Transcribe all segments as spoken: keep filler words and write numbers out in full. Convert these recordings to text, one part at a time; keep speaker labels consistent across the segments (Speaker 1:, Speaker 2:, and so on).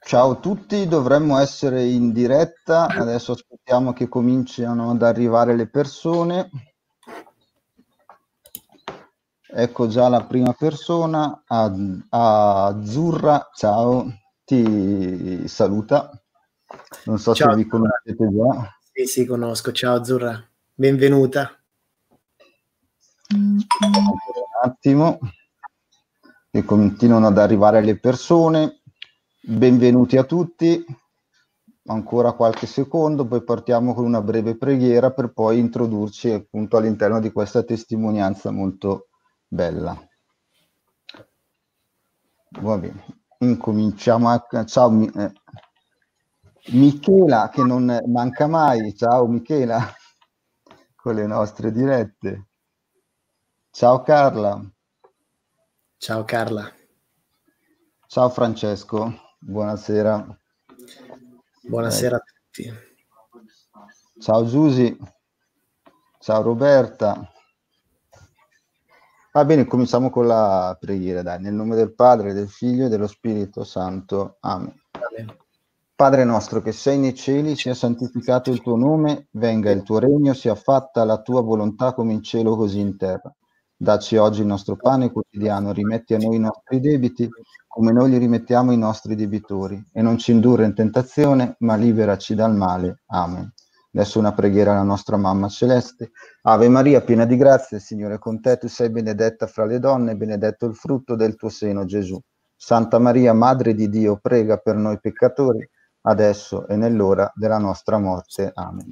Speaker 1: Ciao a tutti, dovremmo essere in diretta, adesso aspettiamo che cominciano ad arrivare le persone. Ecco già la prima persona, Azzurra, ciao, ti saluta. Non so se
Speaker 2: Ciao
Speaker 1: vi
Speaker 2: Azzurra.
Speaker 1: conoscete già.
Speaker 2: Sì, sì, conosco. Ciao Azzurra, benvenuta.
Speaker 1: Un attimo, che continuano ad arrivare le persone. Benvenuti a tutti. Ancora qualche secondo, poi partiamo con una breve preghiera per poi introdurci appunto all'interno di questa testimonianza molto bella. Va bene, incominciamo. A... Ciao Mi... eh. Michela, che non manca mai. Ciao Michela, con le nostre dirette. Ciao Carla.
Speaker 2: Ciao Carla.
Speaker 1: Ciao Francesco, buonasera.
Speaker 2: Buonasera
Speaker 1: Ecco.
Speaker 2: a tutti.
Speaker 1: Ciao Giusy. Ciao Roberta. Va bene, cominciamo con la preghiera, dai. Nel nome del Padre, del Figlio e dello Spirito Santo. Amen.
Speaker 2: Amen.
Speaker 1: Padre nostro che sei nei cieli, sia santificato il tuo nome, venga il tuo regno, sia fatta la tua volontà come in cielo così in terra. Dacci oggi il nostro pane quotidiano, rimetti a noi i nostri debiti, come noi li rimettiamo ai nostri debitori, e non ci indurre in tentazione, ma liberaci dal male. Amen. Adesso una preghiera alla nostra Mamma Celeste. Ave Maria, piena di grazia, il Signore è con te, tu sei benedetta fra le donne, benedetto il frutto del tuo seno, Gesù. Santa Maria, Madre di Dio, prega per noi peccatori, adesso e nell'ora della nostra morte. Amen.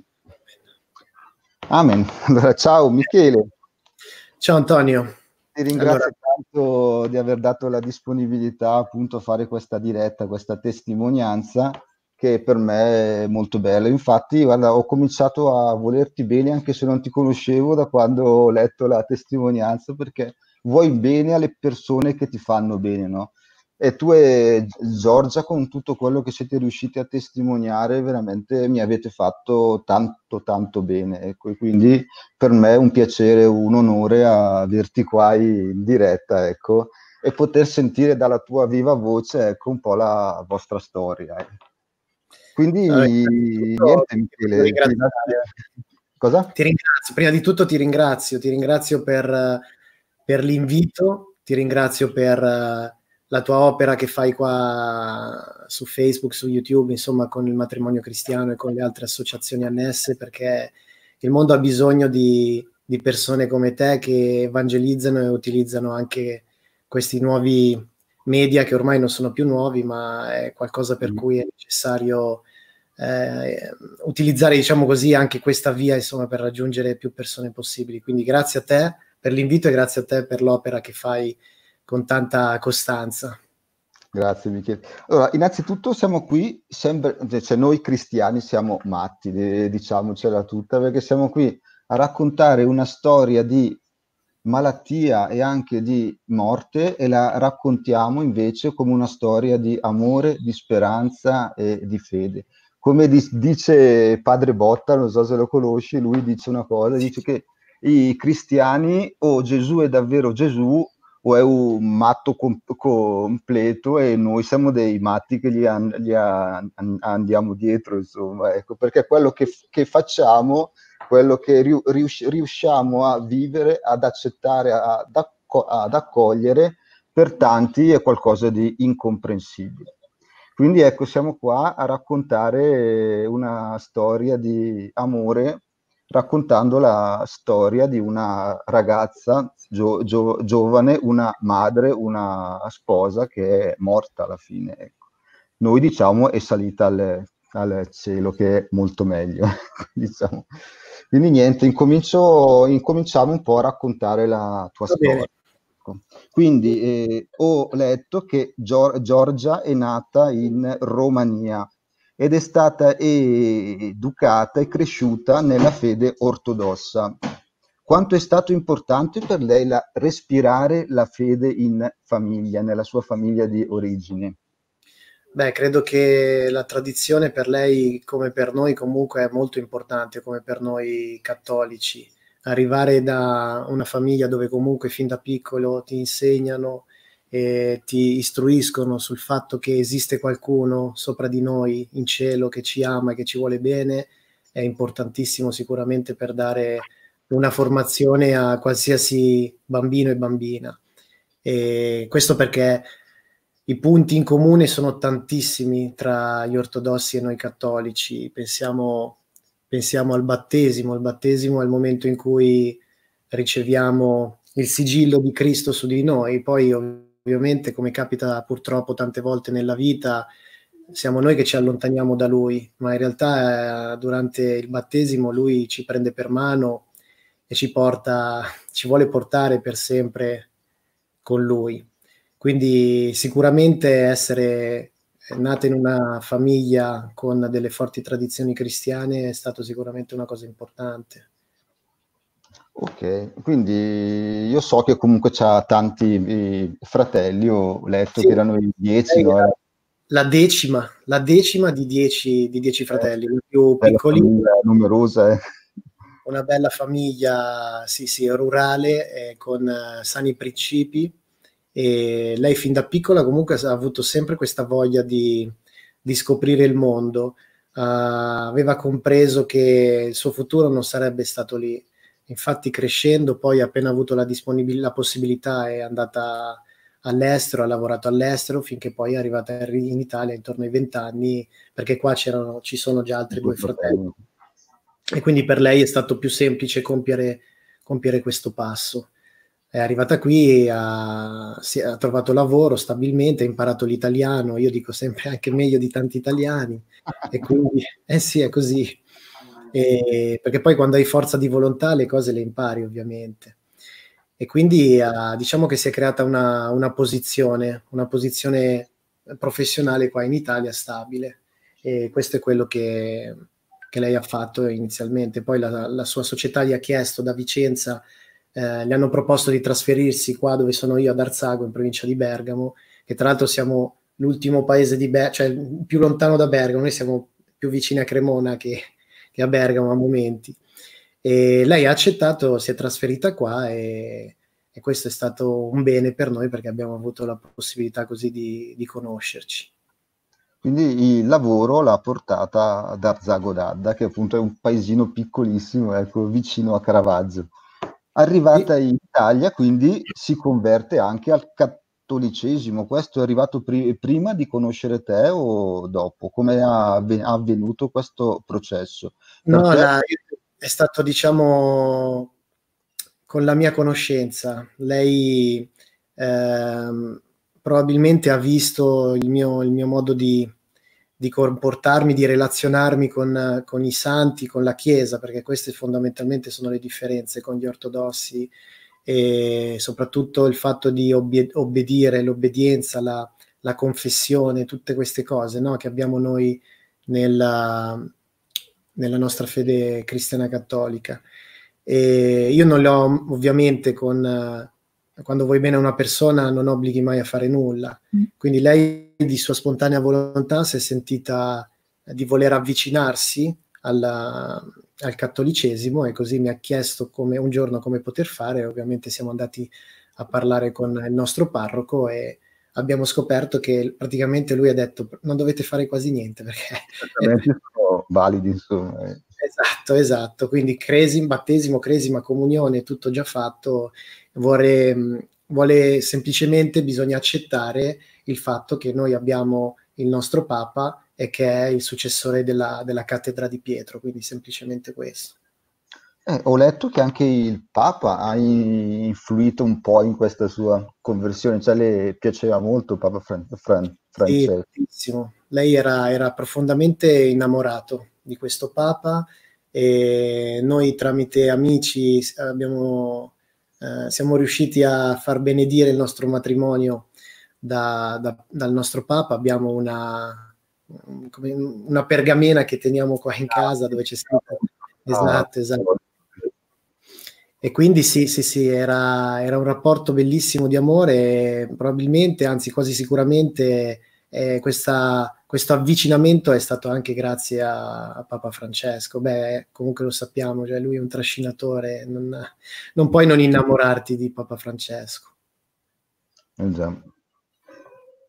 Speaker 1: Amen. Allora, ciao Michele.
Speaker 2: Ciao Antonio.
Speaker 1: Ti ringrazio
Speaker 2: Allora,
Speaker 1: tanto di aver dato la disponibilità appunto a fare questa diretta, questa testimonianza che per me è molto bella. Infatti, guarda, ho cominciato a volerti bene anche se non ti conoscevo da quando ho letto la testimonianza, perché vuoi bene alle persone che ti fanno bene, no? E tu e Giorgia, con tutto quello che siete riusciti a testimoniare, veramente mi avete fatto tanto, tanto bene. Ecco, e quindi per me è un piacere, un onore averti qua in diretta, ecco, e poter sentire dalla tua viva voce, ecco, un po' la vostra storia. Eh. Quindi,
Speaker 2: allora, innanzitutto
Speaker 1: niente,
Speaker 2: ti voglio
Speaker 1: Michele, ti...
Speaker 2: ringraziare.
Speaker 1: Cosa?
Speaker 2: Ti ringrazio. Prima di tutto ti ringrazio, ti ringrazio per, per l'invito, ti ringrazio per la tua opera che fai qua su Facebook, su YouTube, insomma, con il Matrimonio Cristiano e con le altre associazioni annesse, perché il mondo ha bisogno di, di persone come te che evangelizzano e utilizzano anche questi nuovi media che ormai non sono più nuovi, ma è qualcosa per
Speaker 1: Mm.
Speaker 2: cui è necessario eh, utilizzare, diciamo così, anche questa via, insomma, per raggiungere più persone possibili. Quindi grazie a te per l'invito e grazie a te per l'opera che fai con tanta costanza.
Speaker 1: Grazie Michele. Allora, innanzitutto siamo qui, sempre, cioè noi cristiani siamo matti, eh, diciamocela tutta, perché siamo qui a raccontare una storia di malattia e anche di morte e la raccontiamo invece come una storia di amore, di speranza e di fede. Come di- dice Padre Botta, non so se lo conosci, lui dice una cosa, dice che i cristiani o Gesù è davvero Gesù o è un matto com- completo e noi siamo dei matti che gli, an- gli an- andiamo dietro, insomma, ecco, perché quello che, che facciamo, quello che riu- rius- riusciamo a vivere, ad accettare, ad, acco- ad accogliere, per tanti è qualcosa di incomprensibile. Quindi ecco, siamo qua a raccontare una storia di amore, raccontando la storia di una ragazza gio- gio- giovane, una madre, una sposa che è morta alla fine. Ecco. Noi diciamo è salita al, al cielo, che è molto meglio. diciamo. Quindi niente, incomincio, incominciamo un po' a raccontare la tua
Speaker 2: Va bene.
Speaker 1: storia. Ecco. Quindi eh, ho letto che Gior- Giorgia è nata in Romania ed è stata educata e cresciuta nella fede ortodossa. Quanto è stato importante per lei la, respirare la fede in famiglia, nella sua famiglia di origine?
Speaker 2: Beh, credo che la tradizione per lei, come per noi, comunque è molto importante, come per noi cattolici. Arrivare da una famiglia dove comunque fin da piccolo ti insegnano e ti istruiscono sul fatto che esiste qualcuno sopra di noi in cielo che ci ama e che ci vuole bene, è importantissimo sicuramente per dare una formazione a qualsiasi bambino e bambina. E questo perché i punti in comune sono tantissimi tra gli ortodossi e noi cattolici. Pensiamo, pensiamo al battesimo. Il battesimo è il momento in cui riceviamo il sigillo di Cristo su di noi. Poi ovviamente, come capita purtroppo tante volte nella vita, siamo noi che ci allontaniamo da Lui, ma in realtà eh, durante il battesimo Lui ci prende per mano e ci porta, ci vuole portare per sempre con Lui. Quindi sicuramente essere nata in una famiglia con delle forti tradizioni cristiane è stato sicuramente una cosa importante.
Speaker 1: Ok, quindi io so che comunque c'ha tanti eh, fratelli, ho letto
Speaker 2: Sì,
Speaker 1: che erano in dieci,
Speaker 2: lei
Speaker 1: no?
Speaker 2: era
Speaker 1: Era
Speaker 2: la decima, la decima di dieci, di dieci
Speaker 1: eh,
Speaker 2: fratelli, il più
Speaker 1: bella
Speaker 2: piccolino.
Speaker 1: famiglia numerosa, eh.
Speaker 2: Una bella famiglia, sì, sì, rurale, eh, con eh, sani principi, e lei fin da piccola comunque ha avuto sempre questa voglia di, di scoprire il mondo. Uh, aveva compreso che il suo futuro non sarebbe stato lì. Infatti crescendo, poi appena avuto la, disponibil- la possibilità, è andata all'estero, ha lavorato all'estero finché poi è arrivata in Italia intorno ai venti anni, perché qua c'erano, ci sono già altri
Speaker 1: Tuo
Speaker 2: due fratelli.
Speaker 1: fratello.
Speaker 2: E quindi per lei è stato più semplice compiere, compiere questo passo. È arrivata qui, ha, si, ha trovato lavoro stabilmente, ha imparato l'italiano, io dico sempre anche meglio di tanti italiani, e quindi, eh sì, è così. E, perché poi quando hai forza di volontà le cose le impari ovviamente. E quindi uh, diciamo che si è creata una, una posizione, una posizione professionale qua in Italia stabile, e questo è quello che, che lei ha fatto inizialmente. Poi la, la sua società gli ha chiesto da Vicenza, eh, gli hanno proposto di trasferirsi qua dove sono io, ad Arzago, in provincia di Bergamo, che tra l'altro siamo l'ultimo paese di Bergamo, cioè più lontano da Bergamo, noi siamo più vicini a Cremona che, che a Bergamo a momenti. E lei ha accettato, si è trasferita qua, e, e questo è stato un bene per noi perché abbiamo avuto la possibilità così di, di conoscerci.
Speaker 1: Quindi il lavoro l'ha portata ad Arzago d'Adda, che appunto è un paesino piccolissimo, ecco, vicino a Caravaggio.
Speaker 2: Sì.
Speaker 1: Arrivata in Italia, quindi si converte anche al cattolicesimo. Questo è arrivato pri- prima di conoscere te o dopo? Come è avve- avvenuto questo processo? Per
Speaker 2: No,
Speaker 1: te?
Speaker 2: la, è stato, diciamo, con la mia conoscenza. Lei ehm, probabilmente ha visto il mio, il mio modo di, di comportarmi, di relazionarmi con, con i santi, con la Chiesa, perché queste fondamentalmente sono le differenze con gli ortodossi, e soprattutto il fatto di obbie- obbedire, l'obbedienza, la, la confessione, tutte queste cose, no, che abbiamo noi nella, nella nostra fede cristiana cattolica. E io non le ho, ovviamente, con, eh, quando vuoi bene a una persona non obblighi mai a fare nulla. Quindi lei di sua spontanea volontà si è sentita di voler avvicinarsi alla, al cattolicesimo, e così mi ha chiesto come, un giorno come poter fare. Ovviamente siamo andati a parlare con il nostro parroco e abbiamo scoperto che praticamente lui ha detto non dovete fare quasi niente perché
Speaker 1: Certamente sono validi, insomma. eh.
Speaker 2: esatto, esatto, quindi cresima, battesimo, cresima, comunione, tutto già fatto. Vuole, vuole semplicemente, bisogna accettare il fatto che noi abbiamo il nostro Papa e che è il successore della, della cattedra di Pietro, quindi semplicemente questo.
Speaker 1: Eh, ho letto che anche il Papa ha in- influito un po' in questa sua conversione, cioè le piaceva molto Papa Fran- Fran-
Speaker 2: Sì,
Speaker 1: Francesco.
Speaker 2: tantissimo. Lei era, era profondamente innamorato di questo Papa, e noi tramite amici abbiamo, eh, siamo riusciti a far benedire il nostro matrimonio da- da- dal nostro Papa. Abbiamo una, come- una pergamena che teniamo qua in casa dove c'è scritto
Speaker 1: Ah,
Speaker 2: esatto, esatto. E quindi sì, sì, sì, era, era un rapporto bellissimo di amore, e probabilmente, anzi quasi sicuramente, eh, questa- questo avvicinamento è stato anche grazie a, a Papa Francesco. Beh, comunque lo sappiamo, cioè lui è un trascinatore, non, non puoi non innamorarti di Papa Francesco.
Speaker 1: eh già.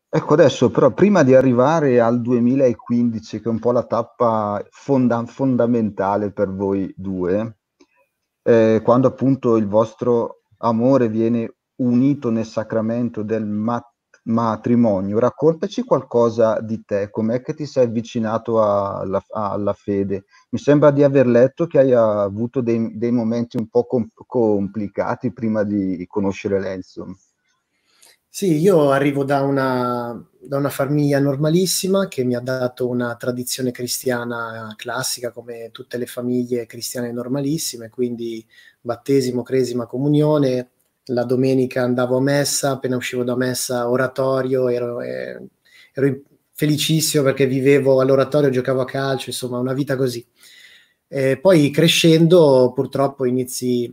Speaker 1: Ecco, adesso però prima di arrivare al duemilaquindici, che è un po' la tappa fonda- fondamentale per voi due, eh, quando appunto il vostro amore viene unito nel sacramento del ma- matrimonio, raccontaci qualcosa di te, com'è che ti sei avvicinato alla, alla fede. Mi sembra di aver letto che hai avuto dei, dei momenti un po' com- complicati prima di conoscere lei, insomma.
Speaker 2: Sì, io arrivo da una, da una famiglia normalissima che mi ha dato una tradizione cristiana classica, come tutte le famiglie cristiane normalissime, quindi battesimo, cresima, comunione. La domenica andavo a messa, appena uscivo da messa oratorio, ero, eh, ero felicissimo perché vivevo all'oratorio, giocavo a calcio, insomma una vita così. E poi crescendo purtroppo inizi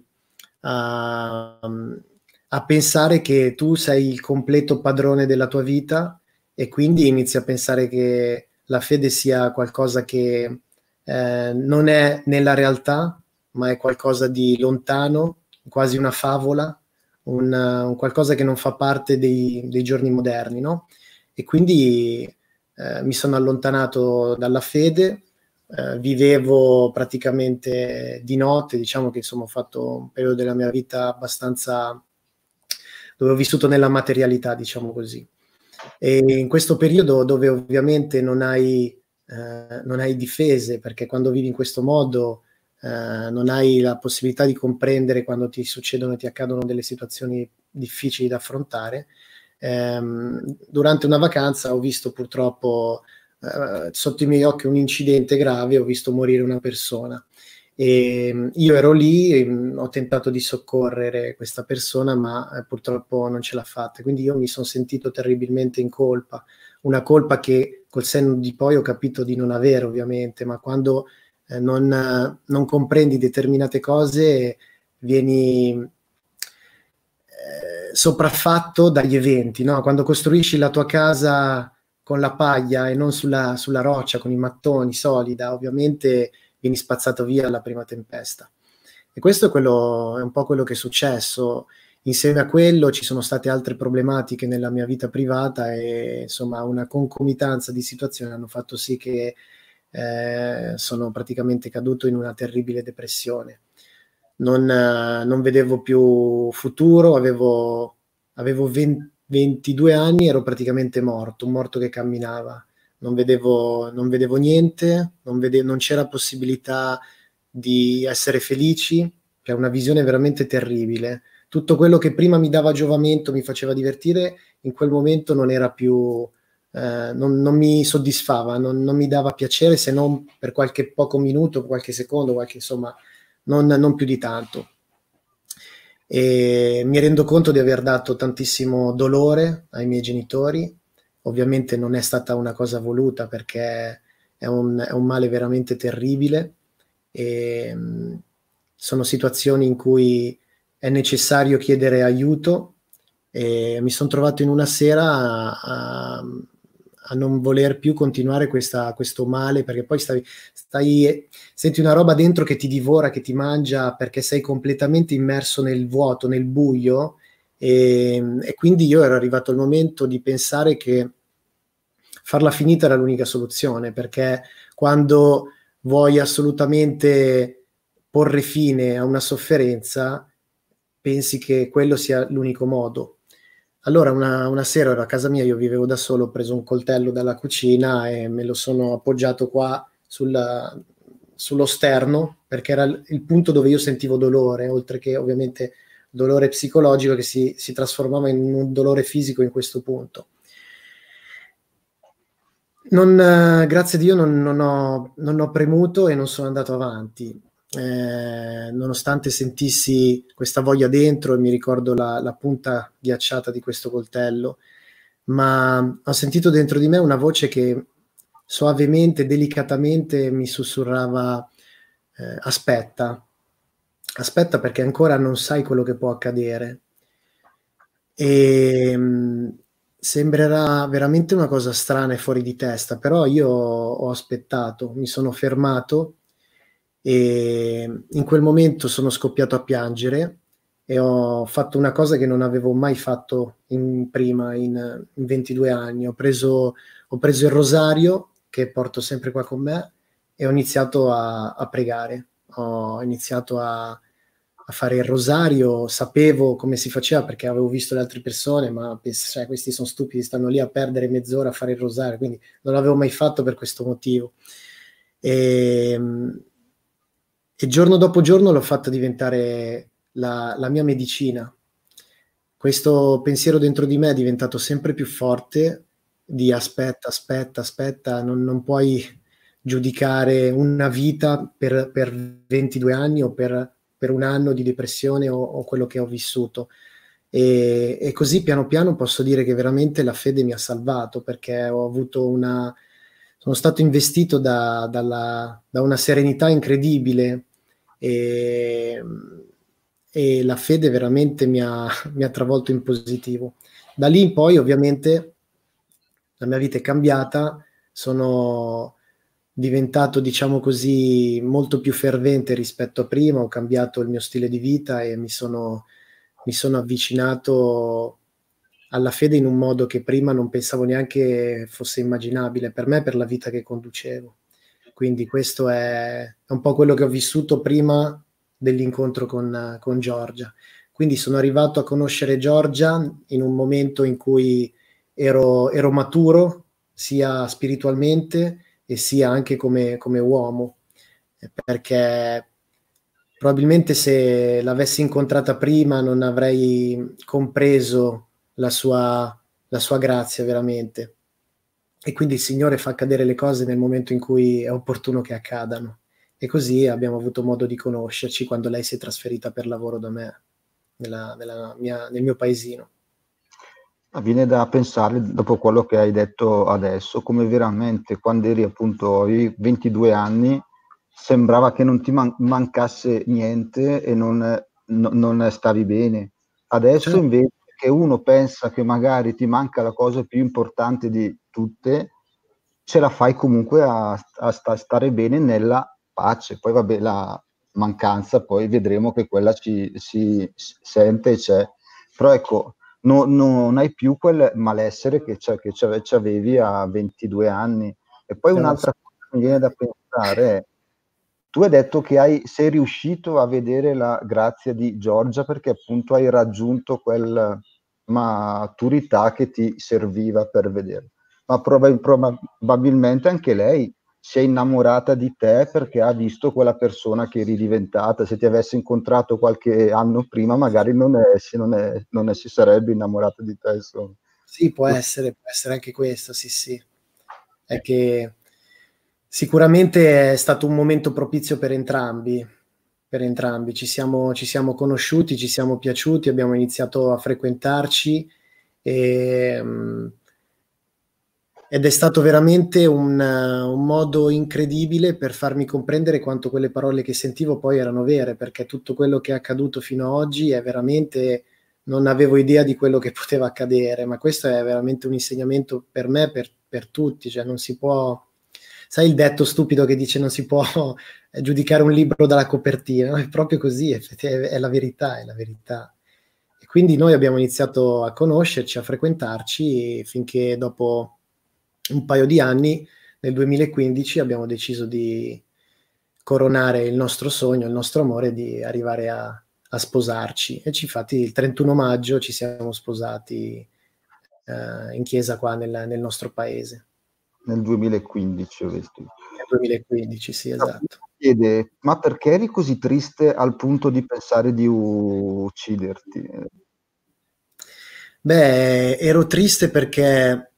Speaker 2: a, a pensare che tu sei il completo padrone della tua vita e quindi inizi a pensare che la fede sia qualcosa che eh, non è nella realtà, ma è qualcosa di lontano, quasi una favola, un, un qualcosa che non fa parte dei, dei giorni moderni, no? E quindi eh, mi sono allontanato dalla fede. Eh, vivevo praticamente di notte, diciamo che insomma ho fatto un periodo della mia vita abbastanza dove ho vissuto nella materialità, diciamo così. E in questo periodo dove ovviamente non hai, eh, non hai difese, perché quando vivi in questo modo eh, non hai la possibilità di comprendere quando ti succedono e ti accadono delle situazioni difficili da affrontare. Ehm, durante una vacanza ho visto purtroppo eh, sotto i miei occhi un incidente grave, ho visto morire una persona. E io ero lì, mh, ho tentato di soccorrere questa persona, ma eh, purtroppo non ce l'ha fatta. Quindi io mi sono sentito terribilmente in colpa, una colpa che col senno di poi ho capito di non avere, ovviamente, ma quando eh, non, eh, non comprendi determinate cose, vieni eh, sopraffatto dagli eventi, no? Quando costruisci la tua casa con la paglia e non sulla, sulla roccia, con i mattoni solida, ovviamente vieni spazzato via alla prima tempesta. E questo è, quello, è un po' quello che è successo. Insieme a quello ci sono state altre problematiche nella mia vita privata e insomma una concomitanza di situazioni hanno fatto sì che eh, sono praticamente caduto in una terribile depressione. Non, eh, non vedevo più futuro, avevo, avevo venti, ventidue anni, ero praticamente morto, un morto che camminava. Non vedevo, non vedevo niente, non, vede- non c'era possibilità di essere felici, cioè una visione veramente terribile. Tutto quello che prima mi dava giovamento, mi faceva divertire, in quel momento non era più, eh, non, non mi soddisfava, non, non mi dava piacere se non per qualche poco minuto, qualche secondo, qualche insomma, non, non più di tanto. E mi rendo conto di aver dato tantissimo dolore ai miei genitori. Ovviamente non è stata una cosa voluta perché è un, è un male veramente terribile e mh, sono situazioni in cui è necessario chiedere aiuto e mi sono trovato in una sera a, a, a non voler più continuare questa, questo male perché poi stai, stai, senti una roba dentro che ti divora, che ti mangia perché sei completamente immerso nel vuoto, nel buio e, e quindi io ero arrivato al momento di pensare che farla finita era l'unica soluzione perché quando vuoi assolutamente porre fine a una sofferenza, pensi che quello sia l'unico modo. Allora una, una sera ero a casa mia, io vivevo da solo, ho preso un coltello dalla cucina e me lo sono appoggiato qua sulla, sullo sterno, perché era il, il punto dove io sentivo dolore, oltre che ovviamente dolore psicologico che si, si trasformava in un dolore fisico in questo punto. Non, eh, grazie a Dio non, non ho, non ho premuto e non sono andato avanti. Eh, nonostante sentissi questa voglia dentro e mi ricordo la, la punta ghiacciata di questo coltello, ma ho sentito dentro di me una voce che soavemente, delicatamente mi sussurrava eh, aspetta, aspetta perché ancora non sai quello che può accadere. E mh, sembrerà veramente una cosa strana e fuori di testa, però io ho aspettato, mi sono fermato e in quel momento sono scoppiato a piangere e ho fatto una cosa che non avevo mai fatto in, prima in, in ventidue anni. Ho preso, ho preso il rosario, che porto sempre qua con me, e ho iniziato a, a pregare. Ho iniziato a, a fare il rosario, sapevo come si faceva perché avevo visto le altre persone, ma cioè, questi sono stupidi, stanno lì a perdere mezz'ora a fare il rosario, quindi non l'avevo mai fatto per questo motivo. E, e giorno dopo giorno l'ho fatta diventare la, la mia medicina. Questo pensiero dentro di me è diventato sempre più forte, di aspetta, aspetta, aspetta, non, non puoi giudicare una vita per, per ventidue anni o per, per un anno di depressione o, o quello che ho vissuto. E, e così piano piano posso dire che veramente la fede mi ha salvato, perché ho avuto una... sono stato investito da, dalla, da una serenità incredibile, e, e la fede veramente mi ha, mi ha travolto in positivo. Da lì in poi ovviamente la mia vita è cambiata, sono diventato, diciamo così, molto più fervente rispetto a prima, ho cambiato il mio stile di vita e mi sono, mi sono avvicinato alla fede in un modo che prima non pensavo neanche fosse immaginabile per me, per la vita che conducevo. Quindi questo è, è un po' quello che ho vissuto prima dell'incontro con, con Giorgia. Quindi sono arrivato a conoscere Giorgia in un momento in cui ero, ero maturo, sia spiritualmente e sia anche come, come uomo, perché probabilmente se l'avessi incontrata prima non avrei compreso la sua, la sua grazia veramente. E quindi il Signore fa accadere le cose nel momento in cui è opportuno che accadano. E così abbiamo avuto modo di conoscerci quando lei si è trasferita per lavoro da me, nella, nella mia, nel mio paesino.
Speaker 1: Viene da pensare, dopo quello che hai detto adesso, come veramente quando eri appunto avevi ventidue anni sembrava che non ti man- mancasse niente e non, no- non stavi bene. Adesso
Speaker 2: Cioè,
Speaker 1: invece che uno pensa che magari ti manca la cosa più importante di tutte, ce la fai comunque a, a sta- stare bene nella pace. Poi vabbè, la mancanza, poi vedremo che quella ci, si si sente e c'è. Però ecco, no- non hai più quel malessere che, c'è- che c'ave- c'avevi a ventidue anni. E poi
Speaker 2: no,
Speaker 1: un'altra cosa che mi viene da pensare è, tu hai detto che hai, sei riuscito a vedere la grazia di Giorgia perché appunto hai raggiunto quella maturità che ti serviva per vedere. Ma proba- probabilmente anche lei si è innamorata di te perché ha visto quella persona che eri diventata. Se ti avesse incontrato qualche anno prima, magari non, è, si, non, è, non è, si sarebbe innamorata di te. Insomma.
Speaker 2: sì, può essere, può essere anche questo, sì, sì. È che sicuramente è stato un momento propizio per entrambi, per entrambi. Ci siamo, ci siamo conosciuti, ci siamo piaciuti, abbiamo iniziato a frequentarci e, mm, ed è stato veramente un, un modo incredibile per farmi comprendere quanto quelle parole che sentivo poi erano vere, perché tutto quello che è accaduto fino ad oggi è veramente, non avevo idea di quello che poteva accadere, ma questo è veramente un insegnamento per me, per, per tutti, cioè non si può, sai il detto stupido che dice non si può giudicare un libro dalla copertina, no? È proprio così, è, è la verità, è la verità. E quindi noi abbiamo iniziato a conoscerci, a frequentarci, finché dopo un paio di anni, nel duemilaquindici, abbiamo deciso di coronare il nostro sogno, il nostro amore di arrivare a, a sposarci. E infatti il trentuno maggio ci siamo sposati eh, in chiesa qua nel, nel nostro paese.
Speaker 1: Nel duemilaquindici ho visto.
Speaker 2: Nel duemilaquindici, sì, esatto.
Speaker 1: Chiede, ma perché eri così triste al punto di pensare di ucciderti?
Speaker 2: Beh, ero triste perché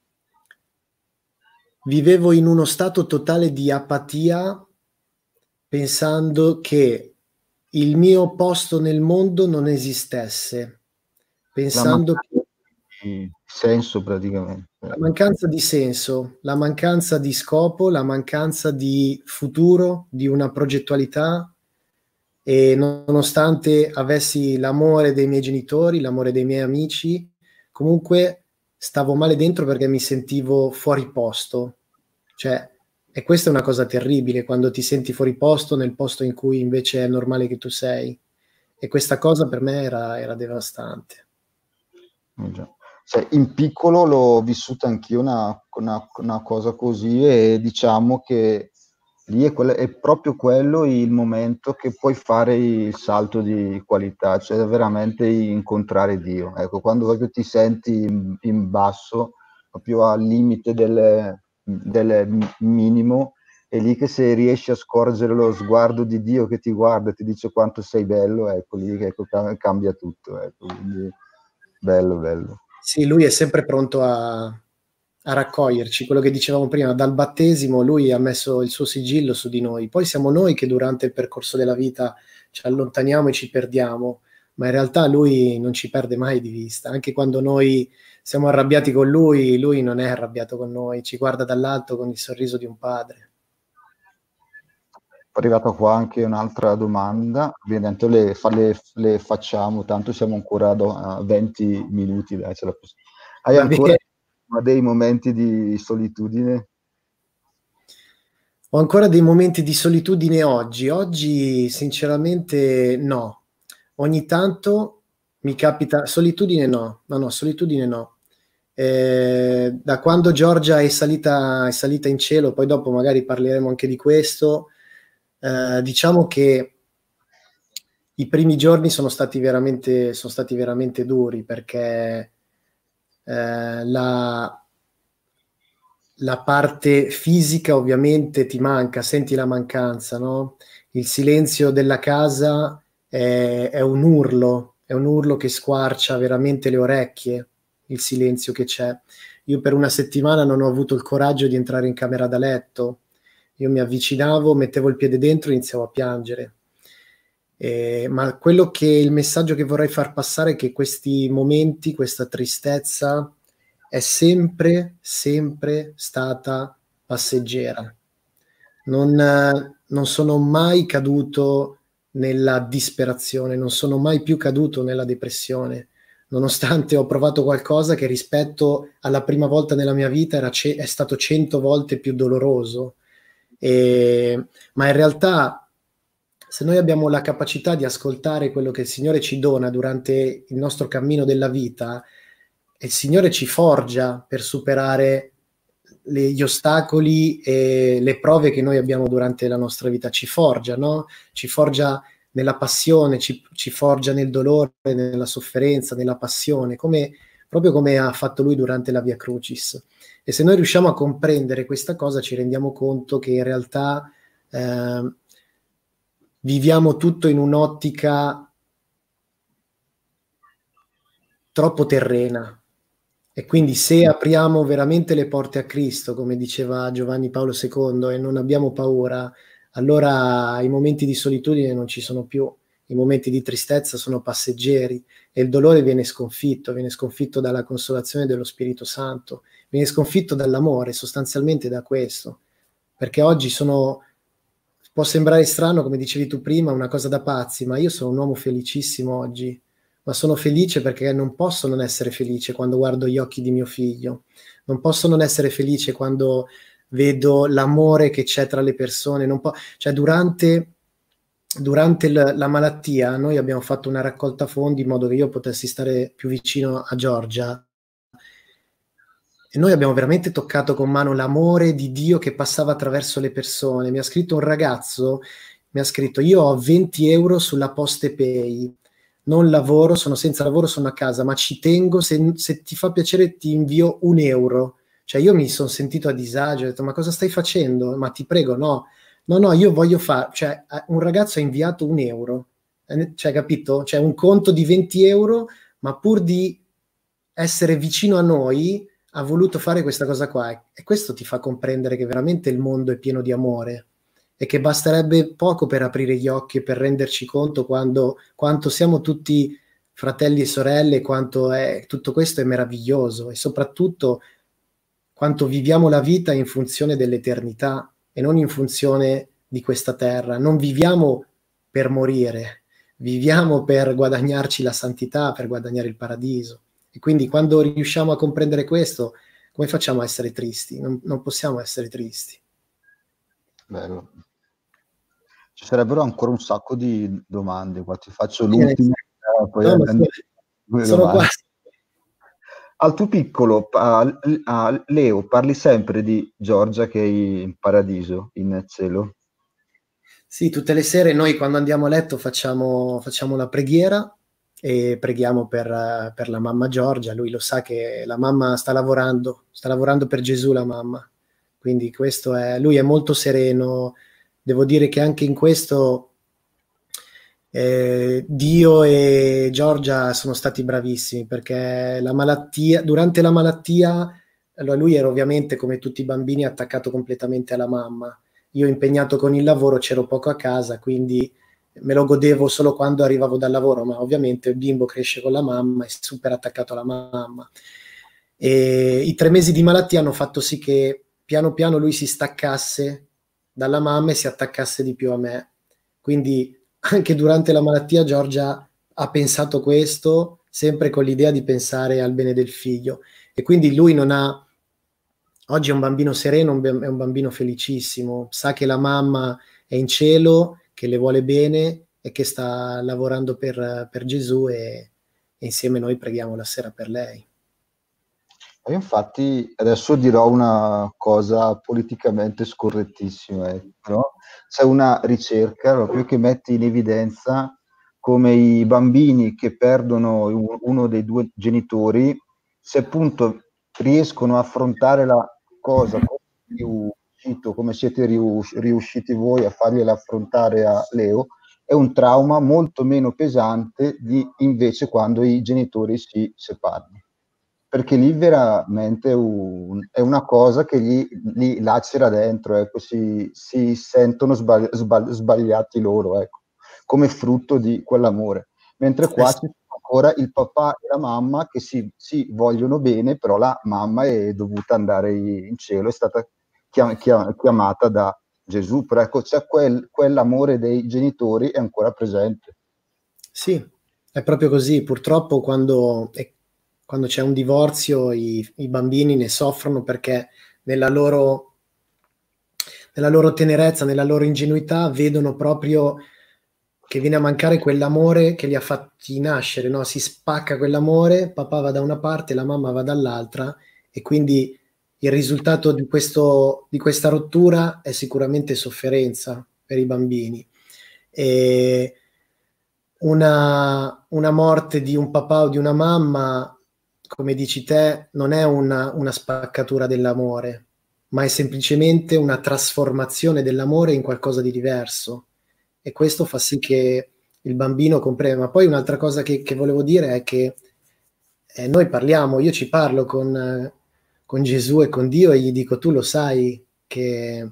Speaker 2: vivevo in uno stato totale di apatia, pensando che il mio posto nel mondo non esistesse,
Speaker 1: La
Speaker 2: pensando che
Speaker 1: mancanza di senso praticamente.
Speaker 2: la mancanza di senso, la mancanza di scopo, la mancanza di futuro, di una progettualità, e nonostante avessi l'amore dei miei genitori, l'amore dei miei amici, comunque stavo male dentro perché mi sentivo fuori posto. Cioè, e questa è una cosa terribile, quando ti senti fuori posto nel posto in cui invece è normale che tu sei. E questa cosa per me era, era devastante.
Speaker 1: Cioè, in piccolo l'ho vissuta anch'io una, una, una cosa così, e diciamo che lì è, quello, è proprio quello il momento che puoi fare il salto di qualità, cioè veramente incontrare Dio. Ecco, quando proprio ti senti in, in basso, proprio al limite del, del minimo, è lì che se riesci a scorgere lo sguardo di Dio che ti guarda e ti dice quanto sei bello, ecco lì che ecco, cambia tutto. Ecco, quindi bello, bello.
Speaker 2: Sì, lui è sempre pronto a, a raccoglierci, quello che dicevamo prima, dal battesimo lui ha messo il suo sigillo su di noi, poi siamo noi che durante il percorso della vita ci allontaniamo e ci perdiamo, ma in realtà lui non ci perde mai di vista, anche quando noi siamo arrabbiati con lui, lui non è arrabbiato con noi, ci guarda dall'alto con il sorriso di un padre.
Speaker 1: È arrivata qua anche un'altra domanda, ovviamente le, le, le facciamo, tanto siamo ancora a venti minuti. Dai, ce la Hai
Speaker 2: Va
Speaker 1: ancora
Speaker 2: bene.
Speaker 1: dei momenti di solitudine?
Speaker 2: Ho ancora dei momenti di solitudine oggi. Oggi, sinceramente, no. Ogni tanto mi capita... Solitudine no. No, no, solitudine no. Eh, da quando Giorgia è salita, è salita in cielo, poi dopo magari parleremo anche di questo, eh, diciamo che i primi giorni sono stati veramente, sono stati veramente duri, perché eh, la... la parte fisica ovviamente ti manca, senti la mancanza, no? Il silenzio della casa è, è un urlo, è un urlo che squarcia veramente le orecchie, il silenzio che c'è. Io per una settimana non ho avuto il coraggio di entrare in camera da letto. Io mi avvicinavo, mettevo il piede dentro e iniziavo a piangere. Eh, ma quello che il messaggio che vorrei far passare è che questi momenti, questa tristezza, è sempre, sempre stata passeggera. Non, non sono mai caduto nella disperazione, non sono mai più caduto nella depressione, nonostante ho provato qualcosa che rispetto alla prima volta nella mia vita era ce- è stato cento volte più doloroso. E, ma in realtà, se noi abbiamo la capacità di ascoltare quello che il Signore ci dona durante il nostro cammino della vita, il Signore ci forgia per superare le, gli ostacoli e le prove che noi abbiamo durante la nostra vita, ci forgia, no? Ci forgia nella passione, ci, ci forgia nel dolore, nella sofferenza, nella passione, come, proprio come ha fatto Lui durante la Via Crucis. E se noi riusciamo a comprendere questa cosa, ci rendiamo conto che in realtà eh, viviamo tutto in un'ottica troppo terrena. E quindi se apriamo veramente le porte a Cristo, come diceva Giovanni Paolo secondo, e non abbiamo paura, allora i momenti di solitudine non ci sono più, i momenti di tristezza sono passeggeri e il dolore viene sconfitto, viene sconfitto dalla consolazione dello Spirito Santo, viene sconfitto dall'amore, sostanzialmente da questo. Perché oggi sono, può sembrare strano, come dicevi tu prima, una cosa da pazzi, ma io sono un uomo felicissimo oggi. Ma sono felice perché non posso non essere felice quando guardo gli occhi di mio figlio, non posso non essere felice quando vedo l'amore che c'è tra le persone, non po- cioè durante, durante l- la malattia noi abbiamo fatto una raccolta fondi in modo che io potessi stare più vicino a Giorgia e noi abbiamo veramente toccato con mano l'amore di Dio che passava attraverso le persone. Mi ha scritto un ragazzo, mi ha scritto: io ho venti euro sulla PostePay, non lavoro, sono senza lavoro, sono a casa, ma ci tengo, se, se ti fa piacere ti invio un euro. Cioè io mi sono sentito a disagio, ho detto: ma cosa stai facendo? Ma ti prego, no, no, no, io voglio fare, cioè un ragazzo ha inviato un euro, cioè capito? Cioè un conto di venti euro, ma pur di essere vicino a noi ha voluto fare questa cosa qua, e questo ti fa comprendere che veramente il mondo è pieno di amore e che basterebbe poco per aprire gli occhi e per renderci conto quando, quanto siamo tutti fratelli e sorelle, quanto è, tutto questo è meraviglioso e soprattutto quanto viviamo la vita in funzione dell'eternità e non in funzione di questa terra. Non viviamo per morire, viviamo per guadagnarci la santità, per guadagnare il paradiso. E quindi quando riusciamo a comprendere questo, come facciamo a essere tristi? Non, non possiamo essere tristi.
Speaker 1: Bello. ci sarebbero ancora un sacco di domande, qua ti faccio
Speaker 2: Sì,
Speaker 1: l'ultima, eh, poi
Speaker 2: no, ma
Speaker 1: andiamo
Speaker 2: sono,
Speaker 1: alle
Speaker 2: sono
Speaker 1: domande.
Speaker 2: quasi.
Speaker 1: Al tuo piccolo, a, a Leo, parli sempre di Giorgia che è in paradiso, in cielo?
Speaker 2: Sì, tutte le sere noi quando andiamo a letto facciamo, facciamo la preghiera e preghiamo per, per la mamma Giorgia. Lui lo sa che la mamma sta lavorando, sta lavorando per Gesù la mamma. Quindi questo è, lui è molto sereno. Devo dire che anche in questo eh, Dio e Giorgia sono stati bravissimi, perché la malattia, durante la malattia, allora lui era ovviamente come tutti i bambini attaccato completamente alla mamma. Io impegnato con il lavoro c'ero poco a casa, quindi me lo godevo solo quando arrivavo dal lavoro, ma ovviamente il bimbo cresce con la mamma, è super attaccato alla mamma. E i tre mesi di malattia hanno fatto sì che piano piano lui si staccasse dalla mamma e si attaccasse di più a me. Quindi anche durante la malattia Giorgia ha pensato questo, sempre con l'idea di pensare al bene del figlio. E quindi lui non ha... Oggi è un bambino sereno, è un bambino felicissimo, sa che la mamma è in cielo, che le vuole bene e che sta lavorando per, per Gesù e, e insieme noi preghiamo la sera per lei.
Speaker 1: E infatti adesso dirò una cosa politicamente scorrettissima, eh, però c'è una ricerca proprio che mette in evidenza come i bambini che perdono uno dei due genitori, se appunto riescono a affrontare la cosa come riuscito, come siete rius- riusciti voi a fargliela affrontare a Leo, è un trauma molto meno pesante di invece quando i genitori si separano. Perché lì veramente un, è una cosa che gli, gli lacera dentro, ecco, si, si sentono sbagli, sbagli, sbagliati loro, ecco, come frutto di quell'amore. Mentre
Speaker 2: Eh
Speaker 1: qua
Speaker 2: sì.
Speaker 1: ci sono ancora il papà e la mamma che si, si vogliono bene, però la mamma è dovuta andare in cielo, è stata chiam, chiam, chiamata da Gesù, però ecco, c'è quel, quell'amore dei genitori è ancora presente.
Speaker 2: Sì, è proprio così. Purtroppo quando, è- quando c'è un divorzio i, i bambini ne soffrono perché nella loro, nella loro tenerezza, nella loro ingenuità vedono proprio che viene a mancare quell'amore che li ha fatti nascere, no? Si spacca quell'amore, papà va da una parte, la mamma va dall'altra e quindi il risultato di questo, di questa rottura è sicuramente sofferenza per i bambini. E una, una morte di un papà o di una mamma, come dici te, non è una, una spaccatura dell'amore, ma è semplicemente una trasformazione dell'amore in qualcosa di diverso. E questo fa sì che il bambino comprenda. Ma poi un'altra cosa che, che volevo dire è che eh, noi parliamo, io ci parlo con, eh, con Gesù e con Dio e gli dico, tu lo sai che,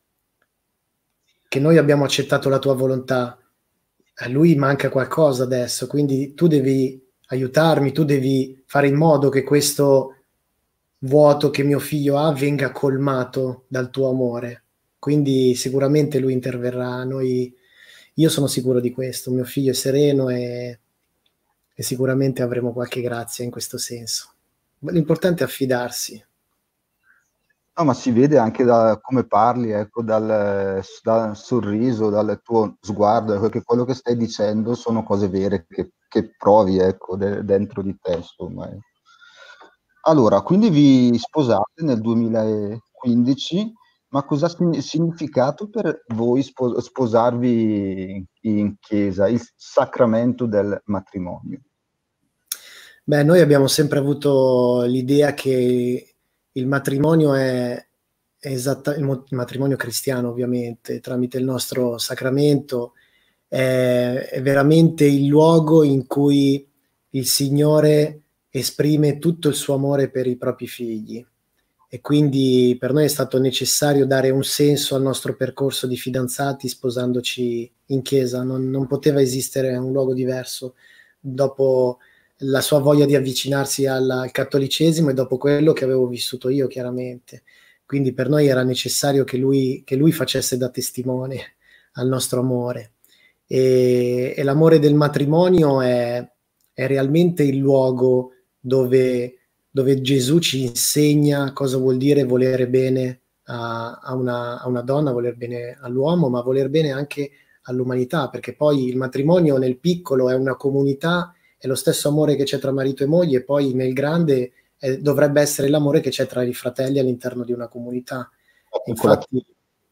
Speaker 2: che noi abbiamo accettato la tua volontà, a lui manca qualcosa adesso, quindi tu devi aiutarmi, tu devi fare in modo che questo vuoto che mio figlio ha venga colmato dal tuo amore. Quindi sicuramente lui interverrà. Noi, io sono sicuro di questo, mio figlio è sereno e, e sicuramente avremo qualche grazia in questo senso. L'importante è affidarsi.
Speaker 1: No, ma si vede anche da come parli, ecco, dal, dal sorriso, dal tuo sguardo, ecco, che quello che stai dicendo sono cose vere che, che provi, ecco, de- dentro di te, insomma. eh. Allora, quindi vi sposate nel duemilaquindici, ma cosa ha sign- significato per voi spo- sposarvi in, in chiesa, il sacramento del matrimonio?
Speaker 2: Beh, noi abbiamo sempre avuto l'idea che il matrimonio è, è esatta, il, mo- il matrimonio cristiano, ovviamente, tramite il nostro sacramento, è, è veramente il luogo in cui il Signore esprime tutto il suo amore per i propri figli. E quindi per noi è stato necessario dare un senso al nostro percorso di fidanzati sposandoci in chiesa, non, non poteva esistere un luogo diverso dopo la sua voglia di avvicinarsi al, al cattolicesimo e dopo quello che avevo vissuto io, chiaramente. Quindi per noi era necessario che lui, che lui facesse da testimone al nostro amore. E, e l'amore del matrimonio è, è realmente il luogo dove, dove Gesù ci insegna cosa vuol dire volere bene a, a, una, a una donna, voler bene all'uomo, ma voler bene anche all'umanità, perché poi il matrimonio nel piccolo è una comunità, è lo stesso amore che c'è tra marito e moglie, e poi nel grande eh, dovrebbe essere l'amore che c'è tra i fratelli all'interno di una comunità. Infatti,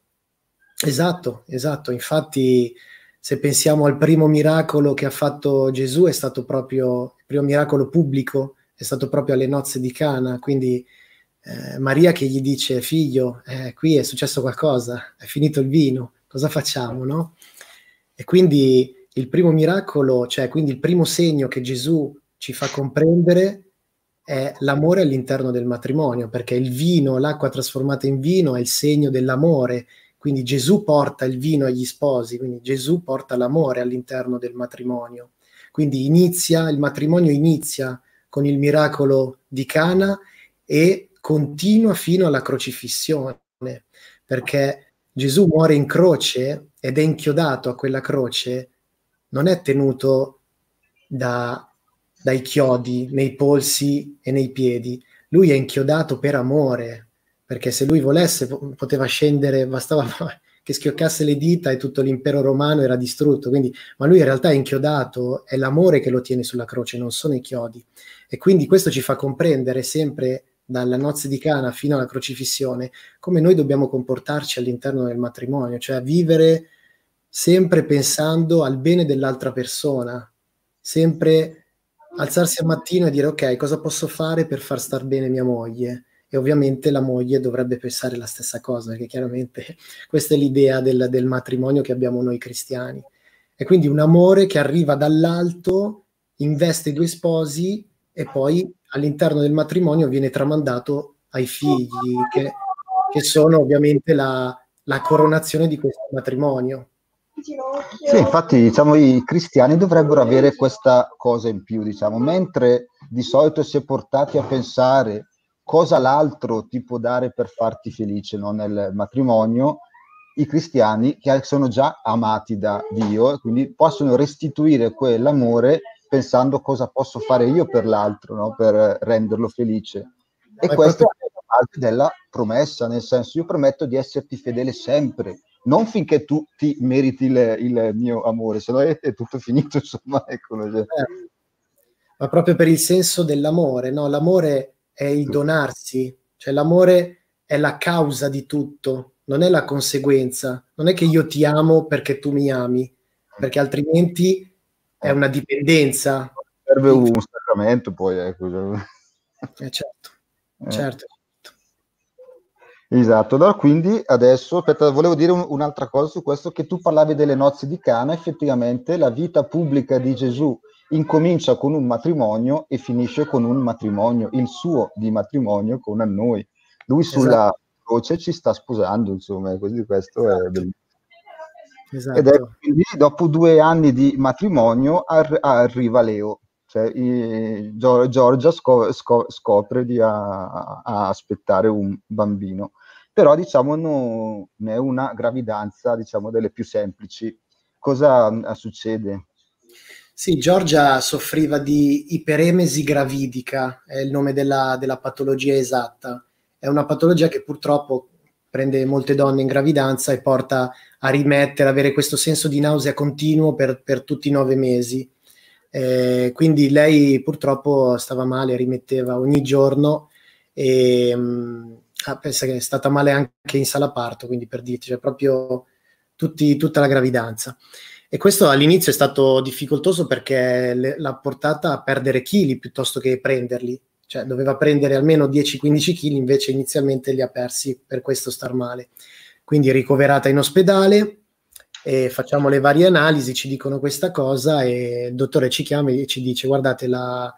Speaker 2: esatto, esatto, infatti se pensiamo al primo miracolo che ha fatto Gesù, è stato proprio il primo miracolo pubblico, è stato proprio alle nozze di Cana, quindi eh, Maria che gli dice: figlio, eh, qui è successo qualcosa, è finito il vino, cosa facciamo, no? E quindi il primo miracolo, cioè quindi il primo segno che Gesù ci fa comprendere è l'amore all'interno del matrimonio, perché il vino, l'acqua trasformata in vino, è il segno dell'amore. Quindi Gesù porta il vino agli sposi, quindi Gesù porta l'amore all'interno del matrimonio. Quindi inizia, il matrimonio inizia con il miracolo di Cana e continua fino alla crocifissione, perché Gesù muore in croce ed è inchiodato a quella croce, non è tenuto da, dai chiodi nei polsi e nei piedi, lui è inchiodato per amore, perché se lui volesse poteva scendere, bastava che schioccasse le dita e tutto l'impero romano era distrutto, quindi, ma lui in realtà è inchiodato, è l'amore che lo tiene sulla croce, non sono i chiodi. E quindi questo ci fa comprendere sempre, dalla nozze di Cana fino alla crocifissione, come noi dobbiamo comportarci all'interno del matrimonio, cioè vivere sempre pensando al bene dell'altra persona, sempre alzarsi al mattino e dire: ok, cosa posso fare per far star bene mia moglie? E ovviamente la moglie dovrebbe pensare la stessa cosa, perché chiaramente questa è l'idea del, del matrimonio che abbiamo noi cristiani. E quindi un amore che arriva dall'alto, investe i due sposi e poi all'interno del matrimonio viene tramandato ai figli, che, che sono ovviamente la, la coronazione di questo matrimonio.
Speaker 1: Sì, infatti diciamo i cristiani dovrebbero avere questa cosa in più, diciamo, mentre di solito si è portati a pensare cosa l'altro ti può dare per farti felice, no, nel matrimonio, i cristiani che sono già amati da Dio, quindi possono restituire quell'amore pensando cosa posso fare io per l'altro, no, per renderlo felice. E
Speaker 2: Ma è
Speaker 1: questa
Speaker 2: proprio...
Speaker 1: è la parte della promessa, nel senso io prometto di esserti fedele sempre, non finché tu ti meriti il, il mio amore, se no è, è tutto finito, insomma. Ecco, cioè.
Speaker 2: eh, ma proprio per il senso dell'amore, no? L'amore è il donarsi, cioè l'amore è la causa di tutto, non è la conseguenza. Non è che io ti amo perché tu mi ami, perché altrimenti è una dipendenza.
Speaker 1: Serve un sacramento poi, ecco.
Speaker 2: Eh, certo,
Speaker 1: eh.
Speaker 2: certo.
Speaker 1: Esatto, allora quindi adesso, aspetta, volevo dire un, un'altra cosa su questo, che tu parlavi delle nozze di Cana, effettivamente la vita pubblica di Gesù incomincia con un matrimonio e finisce con un matrimonio, il suo di matrimonio con noi. Lui sulla esatto. croce ci sta sposando, insomma, quindi questo esatto. è bellissimo. Esatto. Ed è quindi dopo due anni di matrimonio ar- arriva Leo. Cioè, i, Giorgia sco- sco- scopre di a, a aspettare un bambino, però diciamo non è una gravidanza, diciamo, delle più semplici. Cosa a, succede?
Speaker 2: Sì, Giorgia soffriva di iperemesi gravidica, è il nome della, della patologia esatta. È una patologia che purtroppo prende molte donne in gravidanza e porta a rimettere, avere questo senso di nausea continuo per, per tutti i nove mesi. Eh, quindi lei purtroppo stava male, rimetteva ogni giorno e mh, ah, pensa che è stata male anche in sala parto, quindi per dirti, cioè proprio tutti, tutta la gravidanza. E questo all'inizio è stato difficoltoso perché le, l'ha portata a perdere chili piuttosto che prenderli, cioè doveva prendere almeno dieci quindici chili, invece inizialmente li ha persi per questo star male. Quindi è ricoverata in ospedale. E facciamo le varie analisi, ci dicono questa cosa e il dottore ci chiama e ci dice: guardate, la,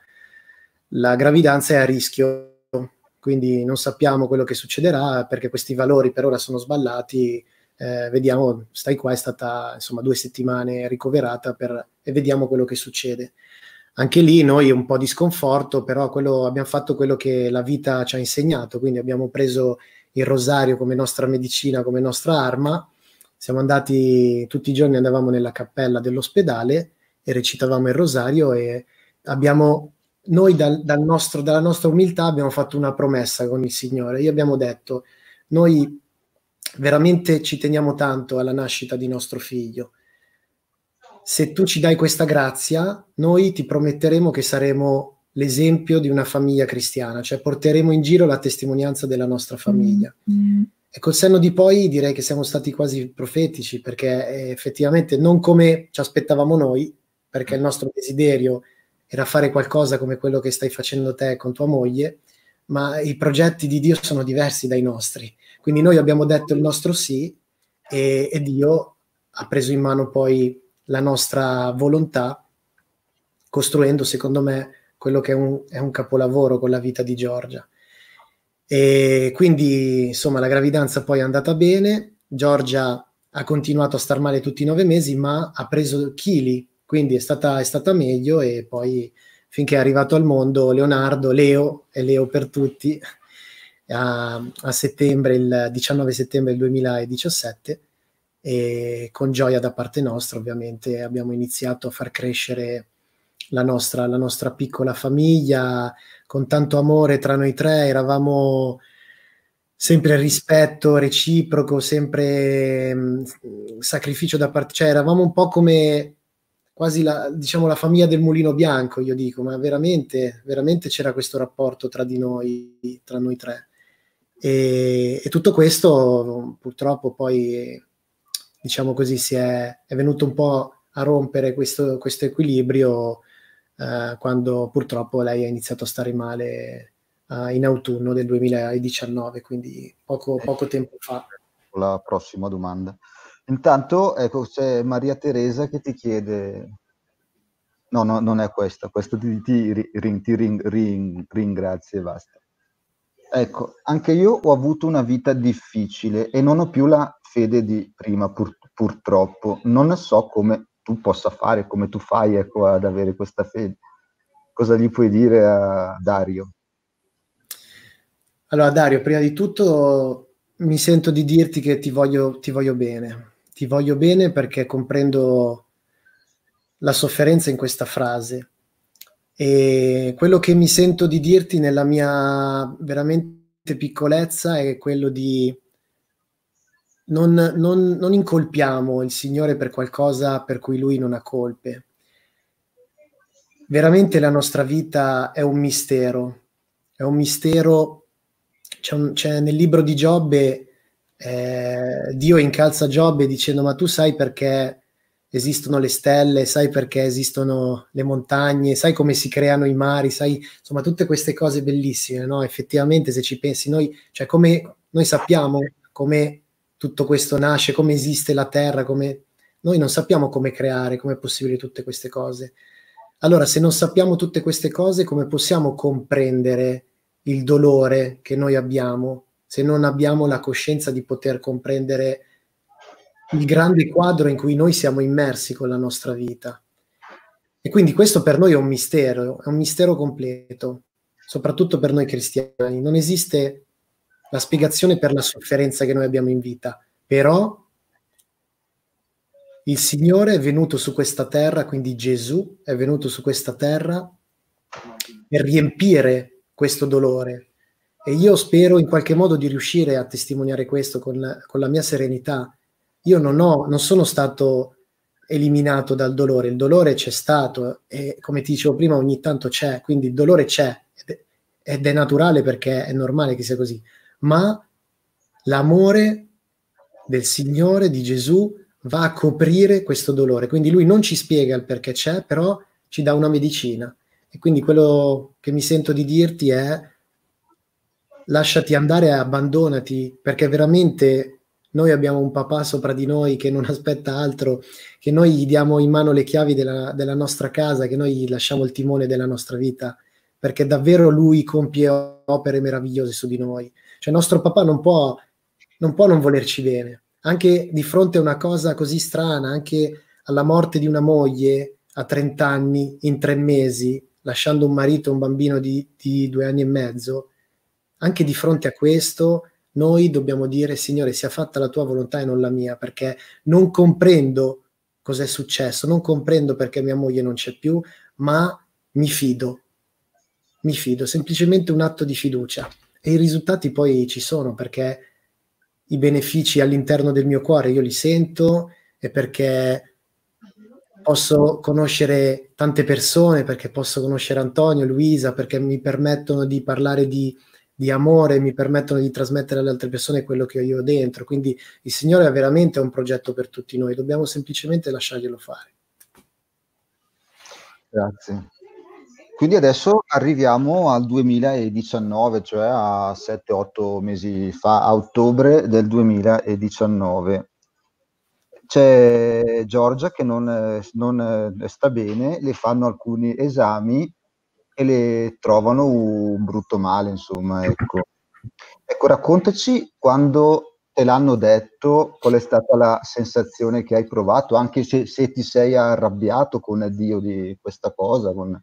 Speaker 2: la gravidanza è a rischio, quindi non sappiamo quello che succederà perché questi valori per ora sono sballati, eh, vediamo, stai qua, è stata insomma due settimane ricoverata per, e vediamo quello che succede. Anche lì noi un po' di sconforto, però quello, abbiamo fatto quello che la vita ci ha insegnato, quindi abbiamo preso il rosario come nostra medicina, come nostra arma. Siamo andati tutti i giorni, andavamo nella cappella dell'ospedale e recitavamo il rosario e abbiamo, noi dal, dal nostro, dalla nostra umiltà abbiamo fatto una promessa con il Signore. Io abbiamo detto: noi veramente ci teniamo tanto alla nascita di nostro figlio, se tu ci dai questa grazia, noi ti prometteremo che saremo l'esempio di una famiglia cristiana, cioè porteremo in giro la testimonianza della nostra famiglia. Mm. E col senno di poi direi che siamo stati quasi profetici, perché eh, effettivamente non come ci aspettavamo noi, perché il nostro desiderio era fare qualcosa come quello che stai facendo te con tua moglie, ma i progetti di Dio sono diversi dai nostri. Quindi noi abbiamo detto il nostro sì e, e Dio ha preso in mano poi la nostra volontà, costruendo, secondo me, quello che è un, è un capolavoro con la vita di Giorgia. E quindi, insomma, la gravidanza poi è andata bene, Giorgia ha continuato a star male tutti i nove mesi, ma ha preso chili, quindi è stata, è stata meglio, e poi finché è arrivato al mondo Leonardo, Leo, e Leo per tutti, a, a settembre, il diciannove settembre del duemiladiciassette, e con gioia da parte nostra ovviamente abbiamo iniziato a far crescere la nostra, la nostra piccola famiglia con tanto amore tra noi tre. Eravamo sempre rispetto reciproco, sempre mh, sacrificio da parte, cioè eravamo un po' come quasi la, diciamo, la famiglia del Mulino Bianco, io dico, ma veramente, veramente c'era questo rapporto tra di noi, tra noi tre. E, e tutto questo purtroppo poi, diciamo così, si è, è venuto un po' a rompere questo, questo equilibrio eh, quando purtroppo lei ha iniziato a stare male eh, in autunno del duemiladiciannove, quindi poco, poco tempo fa.
Speaker 1: La prossima domanda. Intanto, ecco, c'è Maria Teresa che ti chiede... No, no, non è questa, questa ti, ti, ti, ti ring, ring, ringrazio e basta. Ecco, anche io ho avuto una vita difficile e non ho più la fede di prima, pur, purtroppo. Non so come tu possa fare, come tu fai, ecco, ad avere questa fede. Cosa gli puoi dire a Dario?
Speaker 2: Allora, Dario, prima di tutto mi sento di dirti che ti voglio, ti voglio bene. Ti voglio bene perché comprendo la sofferenza in questa frase. E quello che mi sento di dirti nella mia veramente piccolezza è quello di non, non, non incolpiamo il Signore per qualcosa per cui Lui non ha colpe. Veramente la nostra vita è un mistero, è un mistero. C'è, un, c'è nel libro di Giobbe, eh, Dio incalza Giobbe dicendo: ma tu sai perché esistono le stelle, sai perché esistono le montagne, sai come si creano i mari, sai, insomma, tutte queste cose bellissime, no? Effettivamente, se ci pensi, noi, cioè, come noi sappiamo come tutto questo nasce, come esiste la terra, come noi non sappiamo come creare, come è possibile tutte queste cose. Allora, se non sappiamo tutte queste cose, come possiamo comprendere il dolore che noi abbiamo, se non abbiamo la coscienza di poter comprendere il grande quadro in cui noi siamo immersi con la nostra vita? E quindi questo per noi è un mistero, è un mistero completo, soprattutto per noi cristiani. Non esiste la spiegazione per la sofferenza che noi abbiamo in vita, però il Signore è venuto su questa terra, quindi Gesù è venuto su questa terra per riempire questo dolore. E io spero in qualche modo di riuscire a testimoniare questo con, con la mia serenità. Io non, ho, non sono stato eliminato dal dolore, il dolore c'è stato e, come ti dicevo prima, ogni tanto c'è, quindi il dolore c'è ed è, ed è naturale, perché è normale che sia così, ma l'amore del Signore, di Gesù, va a coprire questo dolore, quindi Lui non ci spiega il perché c'è, però ci dà una medicina. E quindi quello che mi sento di dirti è: lasciati andare, abbandonati, perché veramente noi abbiamo un papà sopra di noi che non aspetta altro, che noi gli diamo in mano le chiavi della, della nostra casa, che noi gli lasciamo il timone della nostra vita, perché davvero Lui compie opere meravigliose su di noi. Cioè, il nostro papà non può non può non volerci bene, anche di fronte a una cosa così strana, anche alla morte di una moglie a trenta anni, in tre mesi, lasciando un marito e un bambino di, di due anni e mezzo. Anche di fronte a questo noi dobbiamo dire: Signore, sia fatta la tua volontà e non la mia, perché non comprendo cos'è successo, non comprendo perché mia moglie non c'è più, ma mi fido, mi fido, semplicemente un atto di fiducia. E i risultati poi ci sono, perché i benefici all'interno del mio cuore io li sento, e perché posso conoscere tante persone, perché posso conoscere Antonio, Luisa, perché mi permettono di parlare di, di amore, mi permettono di trasmettere alle altre persone quello che ho io dentro. Quindi il Signore ha veramente un progetto per tutti noi, dobbiamo semplicemente lasciarglielo fare.
Speaker 1: Grazie. Quindi adesso arriviamo al duemiladiciannove, cioè a sette otto mesi fa, a ottobre del duemiladiciannove. C'è Giorgia che non, non sta bene, le fanno alcuni esami e le trovano un brutto male, insomma, ecco. Ecco, raccontaci quando te l'hanno detto, qual è stata la sensazione che hai provato, anche se, se ti sei arrabbiato con Dio di questa cosa. Con...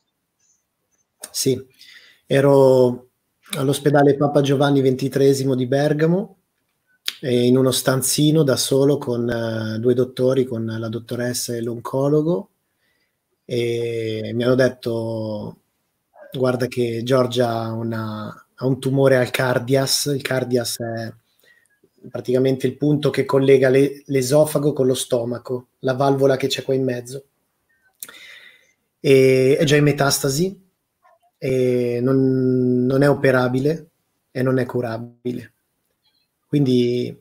Speaker 2: Sì, ero all'ospedale Papa Giovanni ventitreesimo di Bergamo, e in uno stanzino da solo con uh, due dottori, con la dottoressa e l'oncologo, e mi hanno detto: guarda che Giorgia ha, una, ha un tumore al cardias. Il cardias è praticamente il punto che collega le, l'esofago con lo stomaco, la valvola che c'è qua in mezzo, e è già in metastasi, e non, non è operabile e non è curabile. Quindi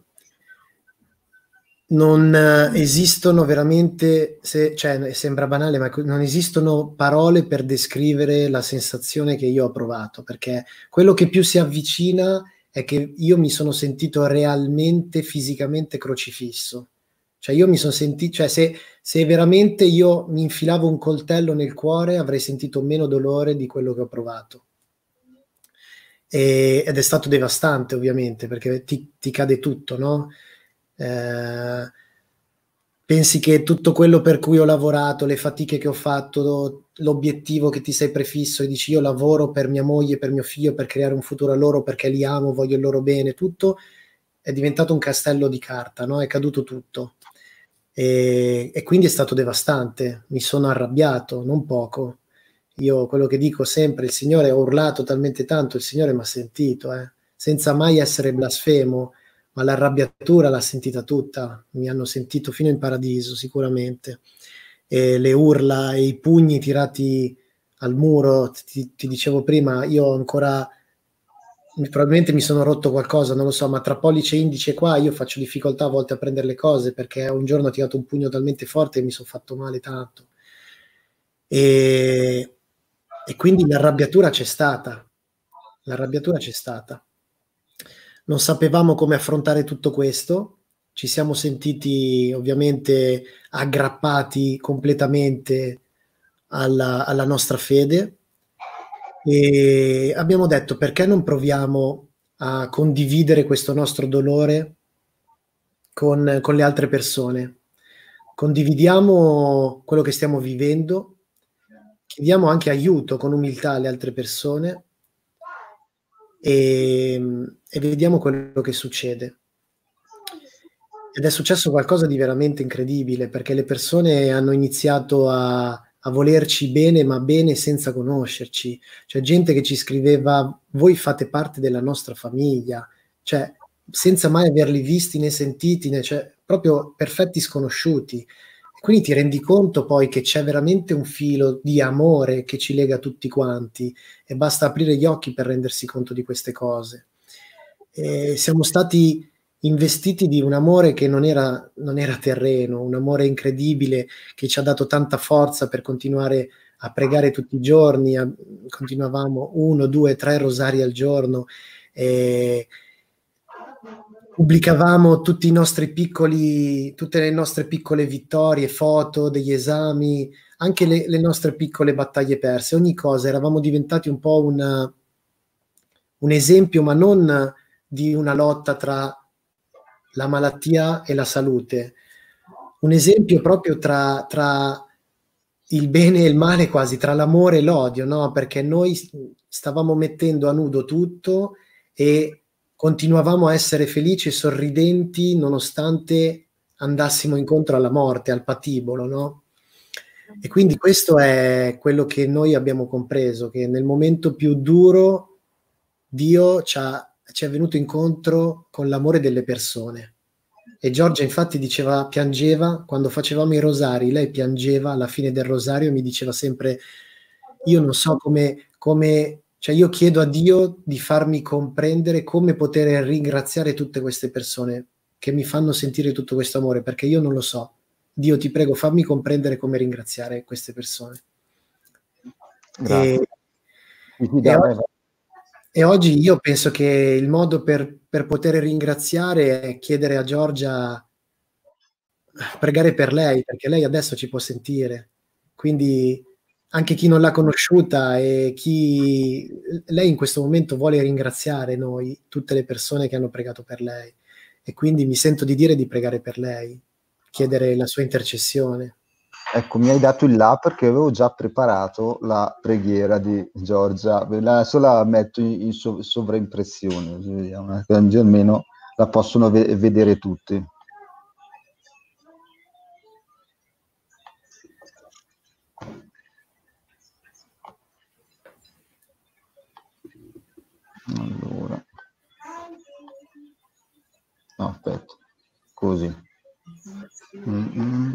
Speaker 2: non esistono veramente, se, cioè sembra banale, ma non esistono parole per descrivere la sensazione che io ho provato, perché quello che più si avvicina è che io mi sono sentito realmente fisicamente crocifisso. Cioè io mi sono sentito, cioè se, se veramente io mi infilavo un coltello nel cuore avrei sentito meno dolore di quello che ho provato. E, ed è stato devastante, ovviamente, perché ti, ti cade tutto, no? Eh, pensi che tutto quello per cui ho lavorato, le fatiche che ho fatto, l'obiettivo che ti sei prefisso, e dici io lavoro per mia moglie, per mio figlio, per creare un futuro a loro, perché li amo, voglio il loro bene, tutto è diventato un castello di carta, no? È caduto tutto. E, e quindi è stato devastante, mi sono arrabbiato, non poco. Io quello che dico sempre, il Signore, ho urlato talmente tanto, il Signore mi ha sentito, eh, senza mai essere blasfemo, ma l'arrabbiatura l'ha sentita tutta, mi hanno sentito fino in paradiso sicuramente, e le urla e i pugni tirati al muro, ti, ti dicevo prima, io ancora, probabilmente mi sono rotto qualcosa, non lo so, ma tra pollice e indice qua io faccio difficoltà a volte a prendere le cose, perché un giorno ho tirato un pugno talmente forte e mi sono fatto male tanto. E, e quindi l'arrabbiatura c'è stata, l'arrabbiatura c'è stata. Non sapevamo come affrontare tutto questo, ci siamo sentiti ovviamente aggrappati completamente alla, alla nostra fede, e abbiamo detto: perché non proviamo a condividere questo nostro dolore con, con le altre persone? Condividiamo quello che stiamo vivendo, chiediamo anche aiuto con umiltà alle altre persone, e, e vediamo quello che succede. Ed è successo qualcosa di veramente incredibile, perché le persone hanno iniziato a, a volerci bene, ma bene senza conoscerci. C'è gente che ci scriveva: voi fate parte della nostra famiglia, cioè senza mai averli visti né sentiti, né, cioè proprio perfetti sconosciuti. Quindi ti rendi conto poi che c'è veramente un filo di amore che ci lega tutti quanti, e basta aprire gli occhi per rendersi conto di queste cose. E siamo stati investiti di un amore che non era, non era terreno, un amore incredibile che ci ha dato tanta forza per continuare a pregare tutti i giorni. A, continuavamo uno, due, tre rosari al giorno, e pubblicavamo tutti i nostri piccoli, tutte le nostre piccole vittorie, foto degli esami, anche le, le nostre piccole battaglie perse, ogni cosa. Eravamo diventati un po' una, un esempio, ma non di una lotta tra la malattia e la salute, un esempio proprio tra, tra il bene e il male, quasi tra l'amore e l'odio, no? Perché noi stavamo mettendo a nudo tutto e continuavamo a essere felici e sorridenti nonostante andassimo incontro alla morte, al patibolo, no? E quindi questo è quello che noi abbiamo compreso, che nel momento più duro Dio ci, ha, ci è venuto incontro con l'amore delle persone. E Giorgia infatti diceva, piangeva, quando facevamo i rosari, lei piangeva alla fine del rosario e mi diceva sempre, io non so come, come, cioè io chiedo a Dio di farmi comprendere come poter ringraziare tutte queste persone che mi fanno sentire tutto questo amore, perché io non lo so. Dio, ti prego, fammi comprendere come ringraziare queste persone.
Speaker 1: Grazie.
Speaker 2: E,
Speaker 1: Sì, sì,
Speaker 2: e,
Speaker 1: dai, vai,
Speaker 2: oggi,
Speaker 1: vai.
Speaker 2: e oggi io penso che il modo per, per poter ringraziare è chiedere a Giorgia, pregare per lei, perché lei adesso ci può sentire. Quindi anche chi non l'ha conosciuta e chi lei in questo momento vuole ringraziare noi, tutte le persone che hanno pregato per lei. E quindi mi sento di dire di pregare per lei, chiedere la sua intercessione.
Speaker 1: Ecco, mi hai dato il là perché avevo già preparato la preghiera di Giorgia. Adesso la metto in, in sov- sovraimpressione, così vediamo, così almeno la possono ve- vedere tutti. Allora, no, aspetta, così. Mm-mm.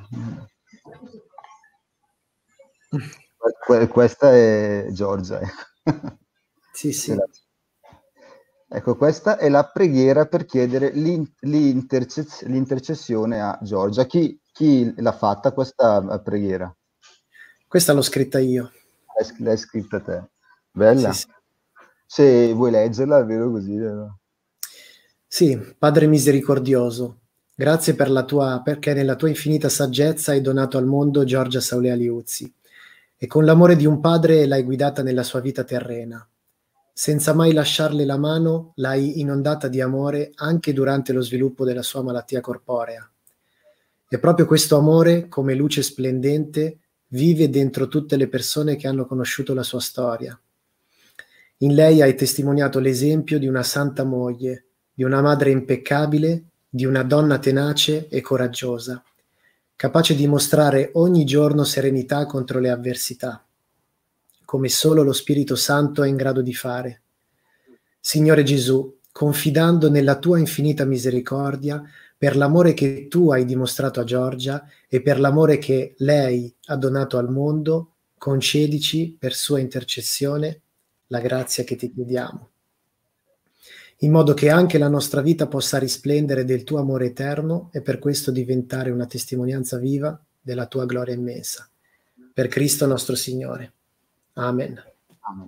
Speaker 1: Que- questa è Giorgia. Ecco.
Speaker 2: Sì, sì.
Speaker 1: Ecco, questa è la preghiera per chiedere l'in- l'intercez- l'intercessione a Giorgia. Chi, chi l'ha fatta questa eh, preghiera?
Speaker 2: Questa l'ho scritta io.
Speaker 1: L'hai, l'hai scritta te.
Speaker 2: Sì,
Speaker 1: Bella.
Speaker 2: sì.
Speaker 1: Se vuoi leggerla, almeno così. No?
Speaker 2: Sì, Padre misericordioso, grazie per la tua, perché nella tua infinita saggezza hai donato al mondo Giorgia Saulea Liuzzi e con l'amore di un padre l'hai guidata nella sua vita terrena. Senza mai lasciarle la mano, l'hai inondata di amore anche durante lo sviluppo della sua malattia corporea. E proprio questo amore, come luce splendente, vive dentro tutte le persone che hanno conosciuto la sua storia. In lei hai testimoniato l'esempio di una santa moglie, di una madre impeccabile, di una donna tenace e coraggiosa, capace di mostrare ogni giorno serenità contro le avversità, come solo lo Spirito Santo è in grado di fare. Signore Gesù, confidando nella tua infinita misericordia, per l'amore che tu hai dimostrato a Giorgia e per l'amore che lei ha donato al mondo, concedici per sua intercessione la grazia che ti chiediamo, in modo che anche la nostra vita possa risplendere del tuo amore eterno e per questo diventare una testimonianza viva della tua gloria immensa. Per Cristo nostro Signore. Amen.
Speaker 1: Amen.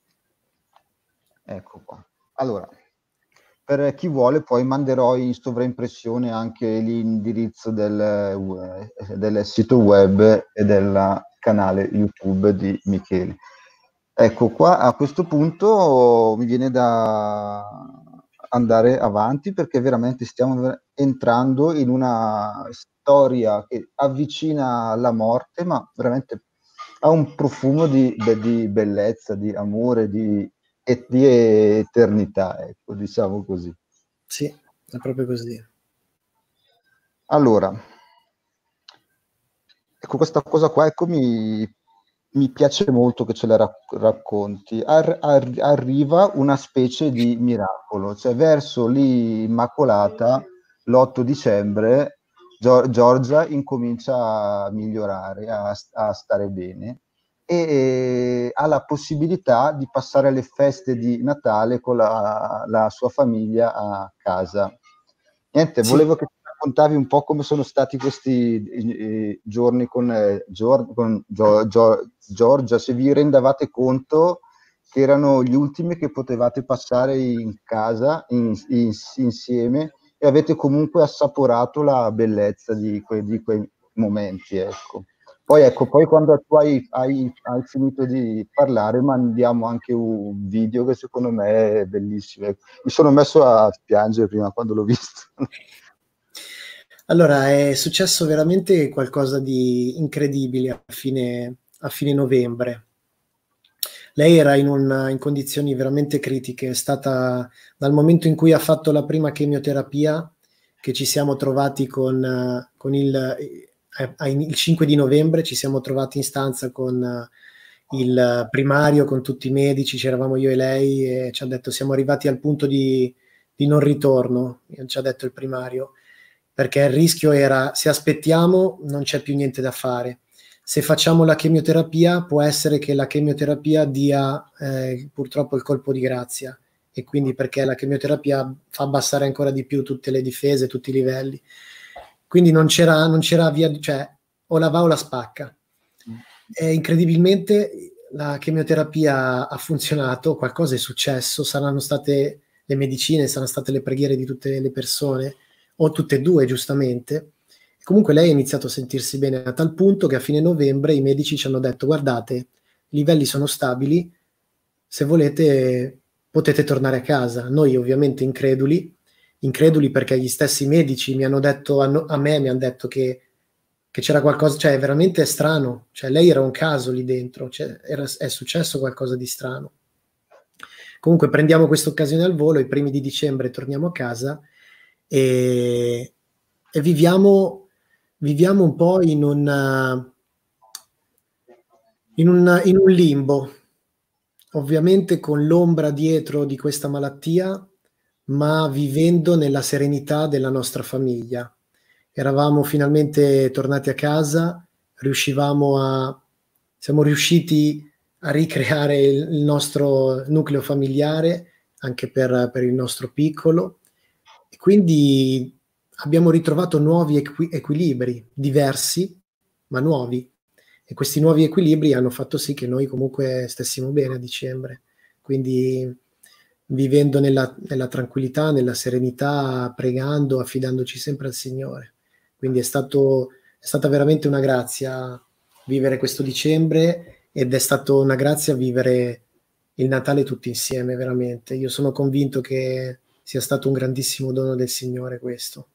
Speaker 1: Ecco qua. Allora, per chi vuole, poi manderò in sovraimpressione anche l'indirizzo del, del sito web e del canale YouTube di Michele. Ecco qua, a questo punto mi viene da andare avanti perché veramente stiamo entrando in una storia che avvicina la morte, ma veramente ha un profumo di, di bellezza, di amore, di e di eternità, ecco, diciamo così.
Speaker 2: Sì, è proprio così.
Speaker 1: Allora, ecco, questa cosa qua, ecco, mi, mi piace molto che ce la rac- racconti. Ar- ar- arriva una specie di miracolo, cioè verso l'Immacolata, l'otto dicembre, Gio- Giorgia incomincia a migliorare, a, a stare bene e ha la possibilità di passare le feste di Natale con la, la sua famiglia a casa. Niente,
Speaker 2: Sì.
Speaker 1: volevo che ti raccontavi un po' come sono stati questi eh, giorni con, eh, Gior- con Gio- Gio- Giorgia, se vi rendevate conto che erano gli ultimi che potevate passare in casa in- in- insieme e avete comunque assaporato la bellezza di, que- di quei momenti, ecco. Poi ecco, poi quando tu hai, hai, hai finito di parlare, mandiamo anche un video che secondo me è bellissimo. Mi sono messo a piangere prima quando l'ho visto.
Speaker 2: Allora, è successo veramente qualcosa di incredibile a fine, a fine novembre. Lei era in, un, in condizioni veramente critiche, è stata dal momento in cui ha fatto la prima chemioterapia che ci siamo trovati con, eh, con il, eh, il cinque di novembre, ci siamo trovati in stanza con eh, il primario, con tutti i medici, c'eravamo io e lei e ci ha detto siamo arrivati al punto di, di non ritorno, ci ha detto il primario. perché il rischio era: se aspettiamo non c'è più niente da fare, se facciamo la chemioterapia può essere che la chemioterapia dia eh, purtroppo il colpo di grazia, e quindi perché la chemioterapia fa abbassare ancora di più tutte le difese, tutti i livelli, quindi non c'era, non c'era via, cioè o la va o la spacca. E incredibilmente la chemioterapia ha funzionato, qualcosa è successo, saranno state le medicine, saranno state le preghiere di tutte le persone, o tutte e due giustamente. Comunque lei ha iniziato a sentirsi bene a tal punto che a fine novembre i medici ci hanno detto: guardate, i livelli sono stabili, se volete potete tornare a casa. Noi ovviamente increduli, increduli perché gli stessi medici mi hanno detto, a, no, a me mi hanno detto che, che c'era qualcosa, cioè veramente è strano, cioè lei era un caso lì dentro, cioè era, è successo qualcosa di strano. Comunque prendiamo questa occasione al volo, i primi di dicembre torniamo a casa e, e viviamo, viviamo un po' in un, in un, in un limbo, ovviamente con l'ombra dietro di questa malattia, ma vivendo nella serenità della nostra famiglia. Eravamo finalmente tornati a casa, riuscivamo a, siamo riusciti a ricreare il, il nostro nucleo familiare anche per, per il nostro piccolo, e quindi abbiamo ritrovato nuovi equi- equilibri, diversi ma nuovi, e questi nuovi equilibri hanno fatto sì che noi comunque stessimo bene a dicembre, quindi vivendo nella, nella tranquillità, nella serenità, pregando, affidandoci sempre al Signore. Quindi è stato, è stata veramente una grazia vivere questo dicembre, ed è stata una grazia vivere il Natale tutti insieme, veramente. Io sono convinto che sia stato un grandissimo dono del Signore questo.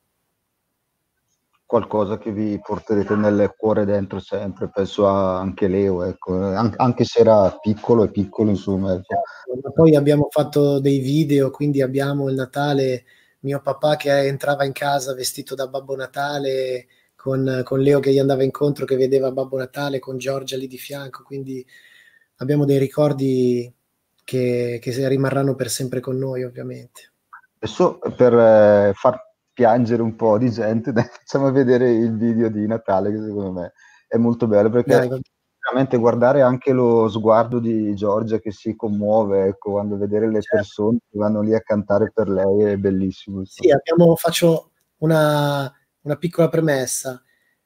Speaker 1: Qualcosa che vi porterete nel cuore dentro sempre, penso a anche Leo, ecco, An- anche se era piccolo e piccolo, insomma, ecco.
Speaker 2: Ma poi abbiamo fatto dei video, quindi abbiamo il Natale, mio papà che entrava in casa vestito da Babbo Natale, con, con Leo che gli andava incontro, che vedeva Babbo Natale, con Giorgia lì di fianco, quindi abbiamo dei ricordi che, che rimarranno per sempre con noi, ovviamente.
Speaker 1: Adesso per eh, far piangere un po' di gente, dai, facciamo vedere il video di Natale, che secondo me è molto bello, perché
Speaker 2: Dai, va-
Speaker 1: veramente guardare anche lo sguardo di Giorgia che si commuove, ecco, quando vedere le
Speaker 2: certo.
Speaker 1: persone che vanno lì a cantare per lei è bellissimo,
Speaker 2: Sì,
Speaker 1: insomma.
Speaker 2: abbiamo, faccio una, una piccola premessa.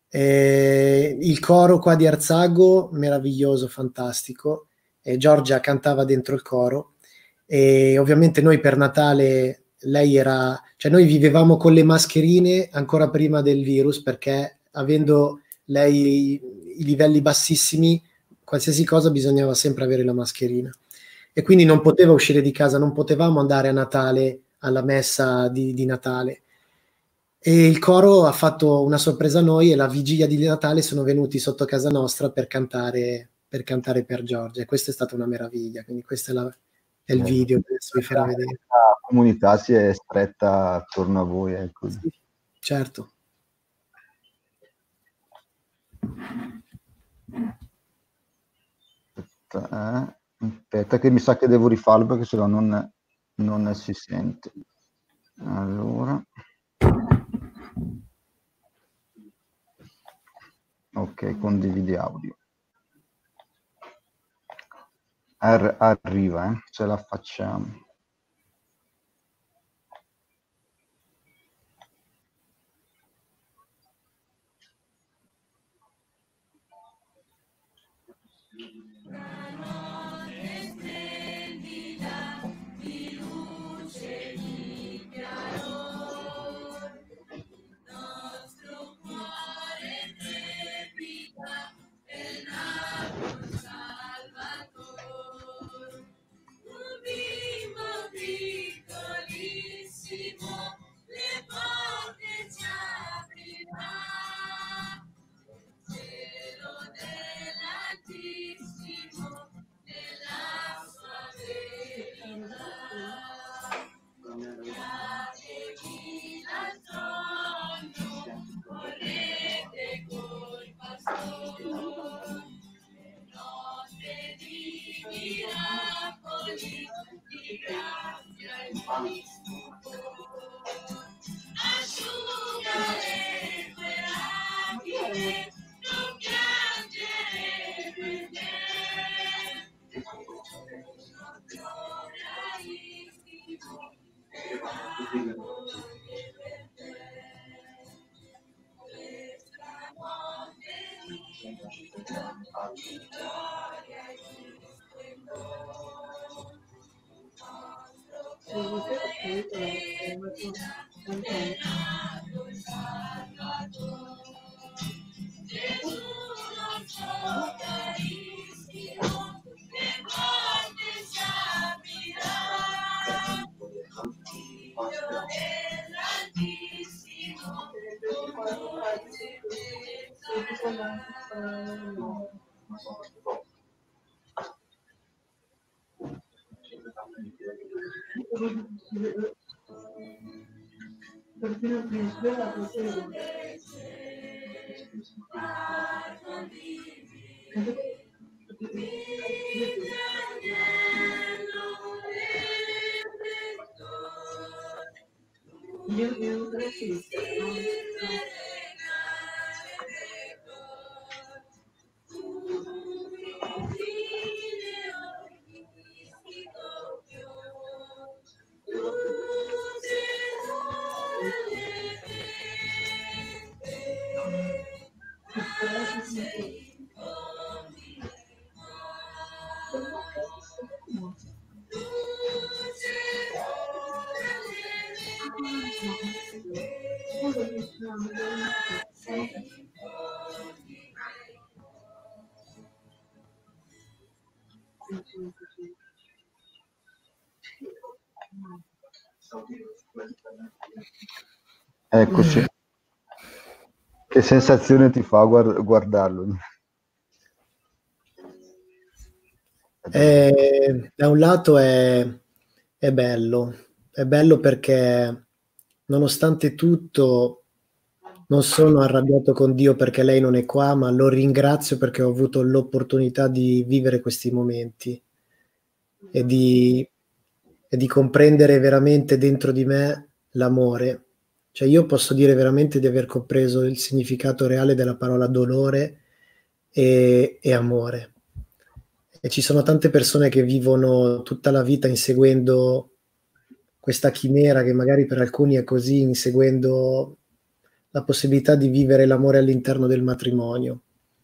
Speaker 2: Eh, il coro qua di Arzago, meraviglioso, fantastico. E Giorgia cantava dentro il coro. E ovviamente noi per Natale, lei era, cioè noi vivevamo con le mascherine ancora prima del virus, perché avendo lei i livelli bassissimi, qualsiasi cosa bisognava sempre avere la mascherina. E quindi non poteva uscire di casa, non potevamo andare a Natale alla messa di, di Natale. E il coro ha fatto una sorpresa a noi, e la vigilia di Natale sono venuti sotto casa nostra per cantare per, cantare per Giorgia, e questa è stata una meraviglia. Quindi questo è, la, è il video che adesso vi farò vedere.
Speaker 1: La comunità si è stretta attorno a voi, ecco.
Speaker 2: Sì, certo.
Speaker 1: Eh, aspetta che mi sa che devo rifarlo perché sennò non, non si sente. Allora. Ok, condividi audio. Ar- arriva, eh? Ce la facciamo.
Speaker 3: Asciugare
Speaker 1: Eccoci. Che sensazione ti fa guard- guardarlo?
Speaker 2: Eh, da un lato è, è bello, è bello perché nonostante tutto non sono arrabbiato con Dio perché lei non è qua, ma lo ringrazio perché ho avuto l'opportunità di vivere questi momenti e di, e di comprendere veramente dentro di me l'amore. Cioè io posso dire veramente di aver compreso il significato reale della parola dolore e, e amore. E ci sono tante persone che vivono tutta la vita inseguendo questa chimera che magari per alcuni è così, inseguendo la possibilità di vivere l'amore all'interno del matrimonio.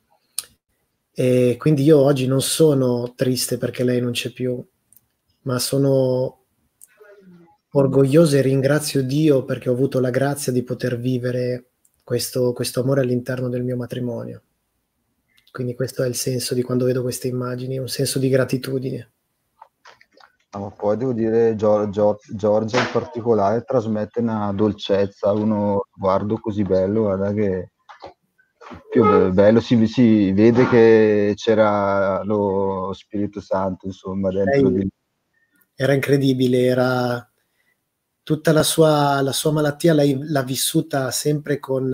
Speaker 2: E quindi io oggi non sono triste perché lei non c'è più, ma sono orgoglioso e ringrazio Dio perché ho avuto la grazia di poter vivere questo, questo amore all'interno del mio matrimonio. Quindi questo è il senso di quando vedo queste immagini, un senso di gratitudine.
Speaker 1: Ah, ma poi devo dire, Gior- Gior- Giorgia in particolare trasmette una dolcezza, uno sguardo così bello, guarda che più be- bello, si, si vede che c'era lo Spirito Santo, insomma, dentro
Speaker 2: Lei
Speaker 1: di
Speaker 2: era incredibile, era tutta la sua, la sua malattia, lei l'ha vissuta sempre con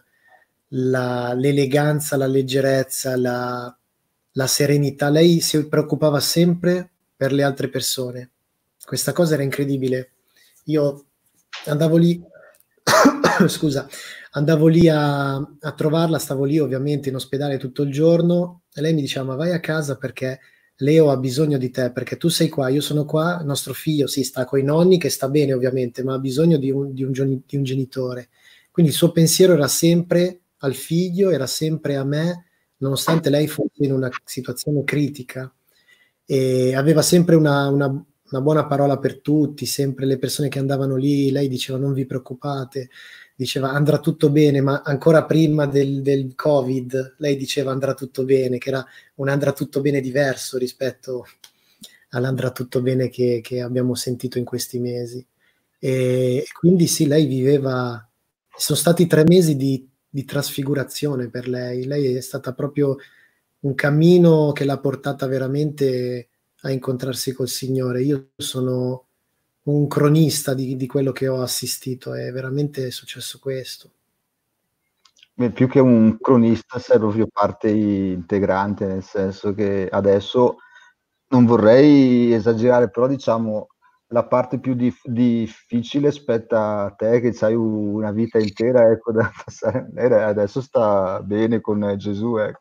Speaker 2: la, l'eleganza, la leggerezza, la, la serenità. Lei si preoccupava sempre per le altre persone. Questa cosa era incredibile. Io andavo lì, scusa, andavo lì a, a trovarla, stavo lì ovviamente in ospedale tutto il giorno e lei mi diceva ma vai a casa perché Leo ha bisogno di te, perché tu sei qua, io sono qua, il nostro figlio sì, sta coi nonni, che sta bene ovviamente, ma ha bisogno di un, di un, di un genitore. Quindi il suo pensiero era sempre al figlio, era sempre a me, nonostante lei fosse in una situazione critica. E aveva sempre una, una, una buona parola per tutti, sempre le persone che andavano lì, lei diceva non vi preoccupate, diceva andrà tutto bene, ma ancora prima del, del Covid lei diceva andrà tutto bene, che era un andrà tutto bene diverso rispetto all'andrà tutto bene che, che abbiamo sentito in questi mesi. E quindi sì, lei viveva, sono stati tre mesi di, di trasfigurazione per lei, lei è stata proprio un cammino che l'ha portata veramente a incontrarsi col Signore. Io sono un cronista di, di quello che ho assistito, è veramente successo questo.
Speaker 1: Beh, più che un cronista sei proprio parte integrante, nel senso che adesso non vorrei esagerare, però diciamo la parte più dif- difficile spetta a te che hai una vita intera, ecco, da passare. Adesso sta bene con Gesù, ecco.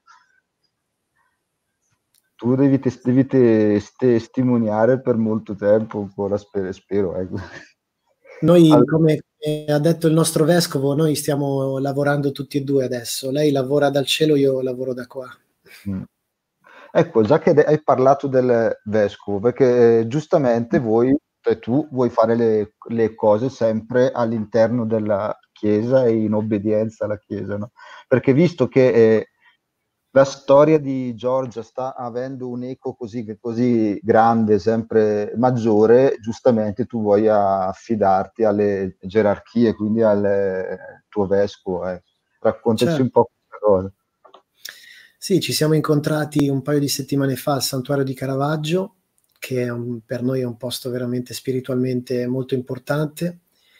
Speaker 1: Tu devi, tes- devi tes- testimoniare per molto tempo ancora, spero, spero, ecco.
Speaker 2: Noi,
Speaker 1: Allora,
Speaker 2: come ha detto il nostro vescovo, noi stiamo lavorando tutti e due adesso. Lei lavora dal cielo, io lavoro da qua.
Speaker 1: mh. Ecco, già che de hai parlato del vescovo, perché eh, giustamente voi cioè tu vuoi fare le le cose sempre all'interno della Chiesa e in obbedienza alla Chiesa, no, perché visto che, ehm, la storia di Giorgia sta avendo un'eco così g così grande, sempre maggiore, giustamente tu vuoi affidarti alle gerarchie, quindi al eh, tuo vescovo, eh. Raccontaci
Speaker 2: Cer
Speaker 1: un po' questa cosa.
Speaker 2: Sì, ci siamo incontrati un paio di settimane fa al Santuario di Caravaggio, che è un per noi è un posto veramente spiritualmente molto importante.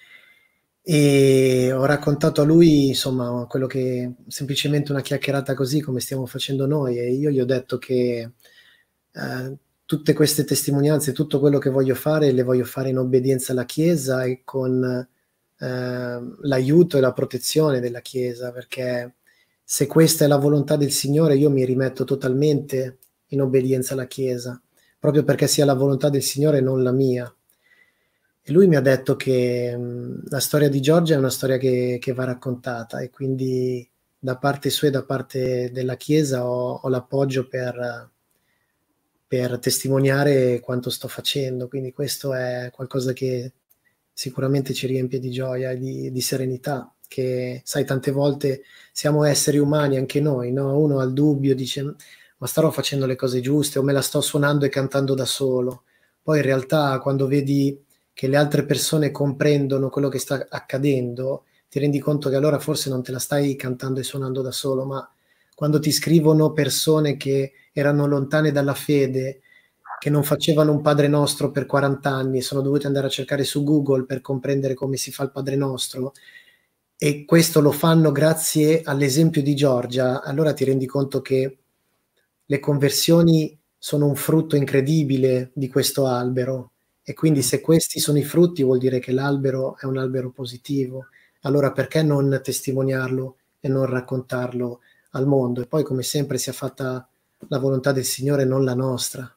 Speaker 2: E ho raccontato a lui, insomma, quello che semplicemente una chiacchierata così come stiamo facendo noi, e io gli ho detto che, ehm, tutte queste testimonianze, tutto quello che voglio fare, le voglio fare in obbedienza alla Chiesa e con, ehm, l'aiuto e la protezione della Chiesa, perché se questa è la volontà del Signore, io mi rimetto totalmente in obbedienza alla Chiesa, proprio perché sia la volontà del Signore e non la mia. E lui mi ha detto che, mhmm, la storia di Giorgia è una storia che che va raccontata, e quindi da parte sua e da parte della Chiesa ho ho l'appoggio per per testimoniare quanto sto facendo. Quindi questo è qualcosa che sicuramente ci riempie di gioia e di di serenità, che sai, tante volte siamo esseri umani anche noi, no, uno ha il dubbio, dice: "Ma starò facendo le cose giuste o me la sto suonando e cantando da solo?" Poi in realtà quando vedi che le altre persone comprendono quello che sta accadendo, ti rendi conto che allora forse non te la stai cantando e suonando da solo, ma quando ti scrivono persone che erano lontane dalla fede, che non facevano un Padre Nostro per quaranta anni e sono dovuti andare a cercare su Google per comprendere come si fa il Padre Nostro, e questo lo fanno grazie all'esempio di Giorgia, allora ti rendi conto che le conversioni sono un frutto incredibile di questo albero, e quindi se questi sono i frutti vuol dire che l'albero è un albero positivo. Allora perché non testimoniarlo e non raccontarlo al mondo? E poi come sempre sia fatta la volontà del Signore, non la nostra.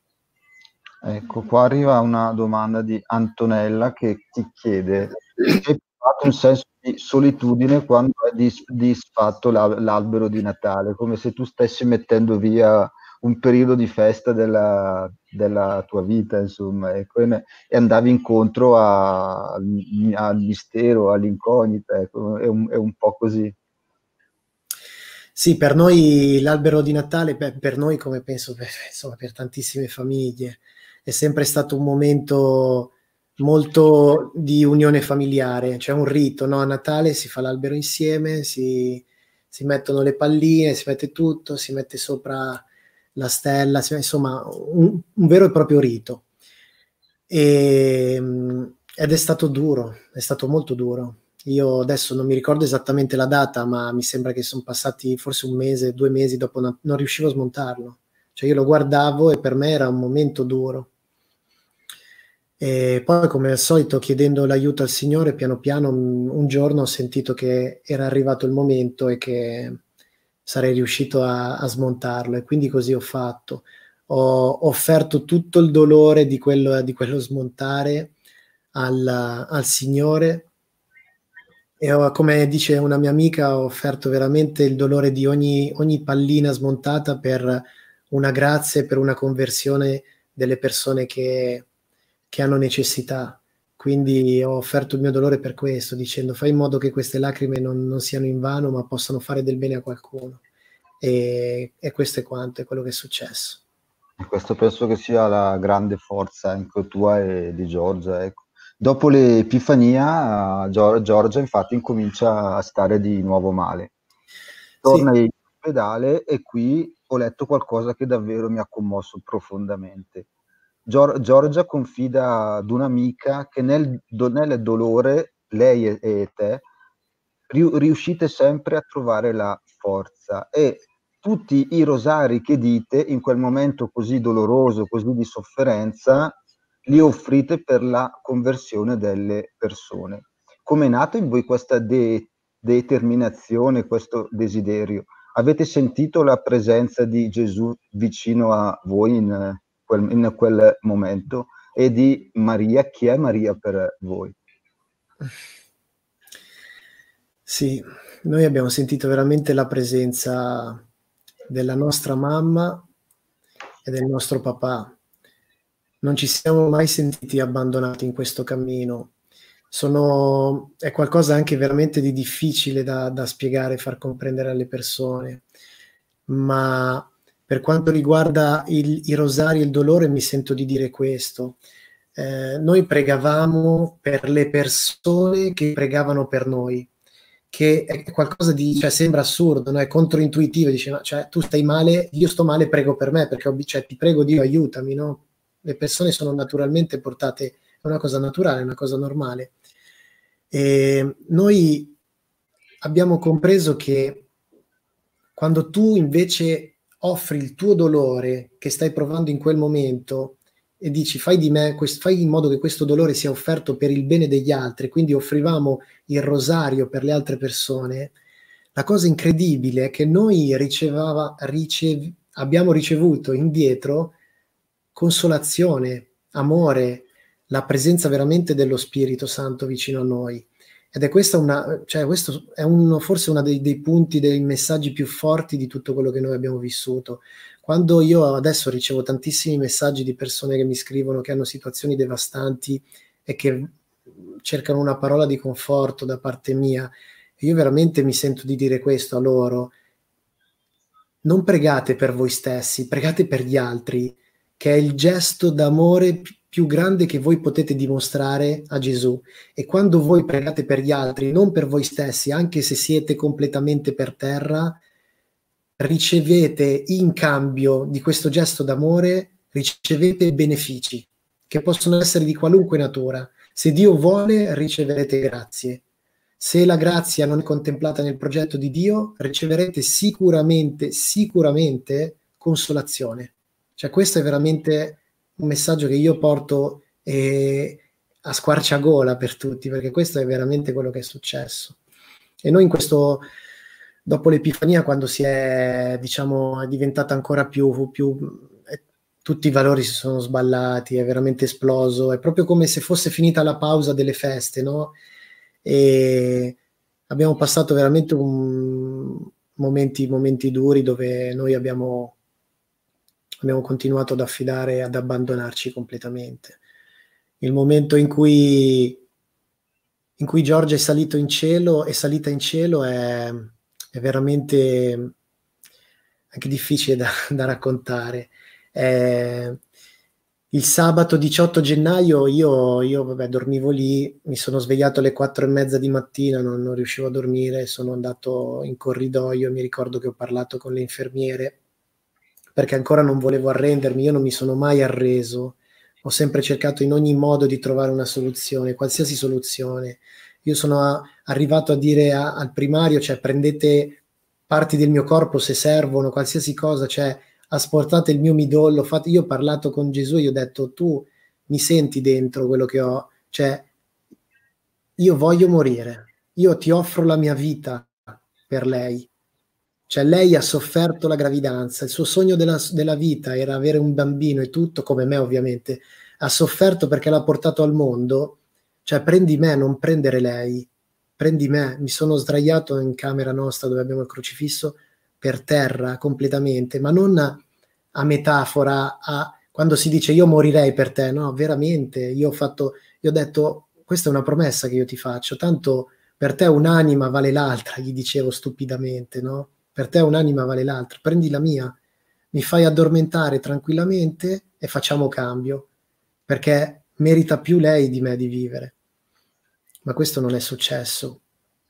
Speaker 1: Ecco, qua arriva una domanda di Antonella che ti chiede: se hai provato un senso di solitudine quando hai dis disfatto l'al l'albero di Natale, come se tu stessi mettendo via un periodo di festa della della tua vita, insomma, ecco, e ne e andavi incontro a al mi al mistero, all'incognita, ecco, è un è un po' così.
Speaker 2: Sì, per noi l'albero di Natale, beh, per noi come penso per insomma per tantissime famiglie, è sempre stato un momento molto di unione familiare, c'è un rito, no, a Natale si fa l'albero insieme, si si mettono le palline, si mette tutto, si mette sopra la stella, si insomma un un vero e proprio rito. Ehm, ed è stato duro, è stato molto duro. Io adesso non mi ricordo esattamente la data, ma mi sembra che son passati forse un mese, due mesi dopo, na non riuscivo a smontarlo. Cioè io lo guardavo e per me era un momento duro. E poi come al solito chiedendo l'aiuto al Signore, piano piano, mhmm, un giorno ho sentito che era arrivato il momento e che sarei riuscito a a smontarlo, e quindi così ho fatto. Ho offerto tutto il dolore di quello di quello smontare al al Signore, e ho, come dice una mia amica, ho offerto veramente il dolore di ogni ogni pallina smontata per una grazia e per una conversione delle persone che che hanno necessità. Quindi ho offerto il mio dolore per questo, dicendo: "Fai in modo che queste lacrime non non siano invano, ma possano fare del bene a qualcuno." E e questo è quanto, è quello che è successo.
Speaker 1: E questo penso che sia la grande forza anche tua e di Giorgia, ecco. Dopo l'Epifania, Gio Giorgia infatti incomincia a stare di nuovo male.
Speaker 2: Sì,
Speaker 1: Torna in ospedale e qui ho letto qualcosa che davvero mi ha commosso profondamente. Gior Giorgia confida ad un'amica che nel do nel dolore lei e e te riu riuscite sempre a trovare la forza, e tutti i rosari che dite in quel momento così doloroso, così di sofferenza, li offrite per la conversione delle persone. Com'è nato in voi questa de determinazione, questo desiderio? Avete sentito la presenza di Gesù vicino a voi in quel in quel momento? E di Maria? Chi è Maria per voi?
Speaker 2: Sì, noi abbiamo sentito veramente la presenza della nostra mamma e del nostro papà. Non ci siamo mai sentiti abbandonati in questo cammino. Sono è qualcosa anche veramente di difficile da da spiegare e far comprendere alle persone, ma per quanto riguarda il i rosari e il dolore mi sento di dire questo: ehm, noi pregavamo per le persone che pregavano per noi, che è qualcosa di cioè sembra assurdo, no, è controintuitivo, dici: "Ma cioè tu stai male, io sto male, prego per me, perché ho bi cioè ti prego Dio aiutami", no, le persone sono naturalmente portate è una cosa naturale, è una cosa normale. Ehm, noi abbiamo compreso che quando tu invece offri il tuo dolore che stai provando in quel momento e dici: "Fai di me ques fai in modo che questo dolore sia offerto per il bene degli altri", quindi offrivamo il rosario per le altre persone, la cosa incredibile è che noi ricevava ricev abbiamo ricevuto indietro consolazione, amore, la presenza veramente dello Spirito Santo vicino a noi. Ed è questa una cioè questo è uno forse una dei dei punti, dei messaggi più forti di tutto quello che noi abbiamo vissuto. Quando io adesso ricevo tantissimi messaggi di persone che mi scrivono che hanno situazioni devastanti e che, mhmm, cercano una parola di conforto da parte mia, e io veramente mi sento di dire questo a loro: non pregate per voi stessi, pregate per gli altri, che è il gesto d'amore p più grande che voi potete dimostrare a Gesù. E quando voi pregate per gli altri, non per voi stessi, anche se siete completamente per terra, ricevete in cambio di questo gesto d'amore, ricevete benefici, che possono essere di qualunque natura. Se Dio vuole, riceverete grazie. Se la grazia non è contemplata nel progetto di Dio, riceverete sicuramente, sicuramente consolazione. Cioè questo è veramente un messaggio che io porto, ehm, a squarciagola per tutti, perché questo è veramente quello che è successo. E noi in questo dopo l'Epifania, quando si è diciamo, è diventata ancora più più e tutti i valori si sono sballati, è veramente esploso, è proprio come se fosse finita la pausa delle feste, no, ehm, abbiamo passato veramente un momenti momenti duri dove noi abbiamo abbiamo continuato ad affidare ad abbandonarci completamente. Il momento in cui in cui Giorgia è salito in cielo è salita in cielo è è veramente anche difficile da da raccontare. Ehm, il sabato diciotto gennaio io io vabbè dormivo lì, mi sono svegliato alle quattro e mezza di mattina, non non riuscivo a dormire, sono andato in corridoio, mi ricordo che ho parlato con le infermiere, perché ancora non volevo arrendermi, io non mi sono mai arreso, ho sempre cercato in ogni modo di trovare una soluzione, qualsiasi soluzione. Io sono a arrivato a dire a al primario, cioè: "Prendete parti del mio corpo se servono, qualsiasi cosa, cioè asportate il mio midollo, fate", io ho parlato con Gesù e gli ho detto: "Tu mi senti dentro quello che ho, cioè io voglio morire, io ti offro la mia vita per lei". Cioè lei ha sofferto la gravidanza, il suo sogno della s della vita era avere un bambino e tutto, come me ovviamente, ha sofferto perché l'ha portato al mondo, cioè prendi me, non prendere lei, prendi me. Mi sono sdraiato in camera nostra dove abbiamo il crocifisso, per terra completamente, ma non a metafora, a quando si dice: "Io morirei per te", no, veramente. Io ho fatto io ho detto: "Questa è una promessa che io ti faccio, tanto per te un'anima vale l'altra", gli dicevo stupidamente, no, "per te un'anima vale l'altra, prendi la mia, mi fai addormentare tranquillamente e facciamo cambio, perché merita più lei di me di vivere". Ma questo non è successo.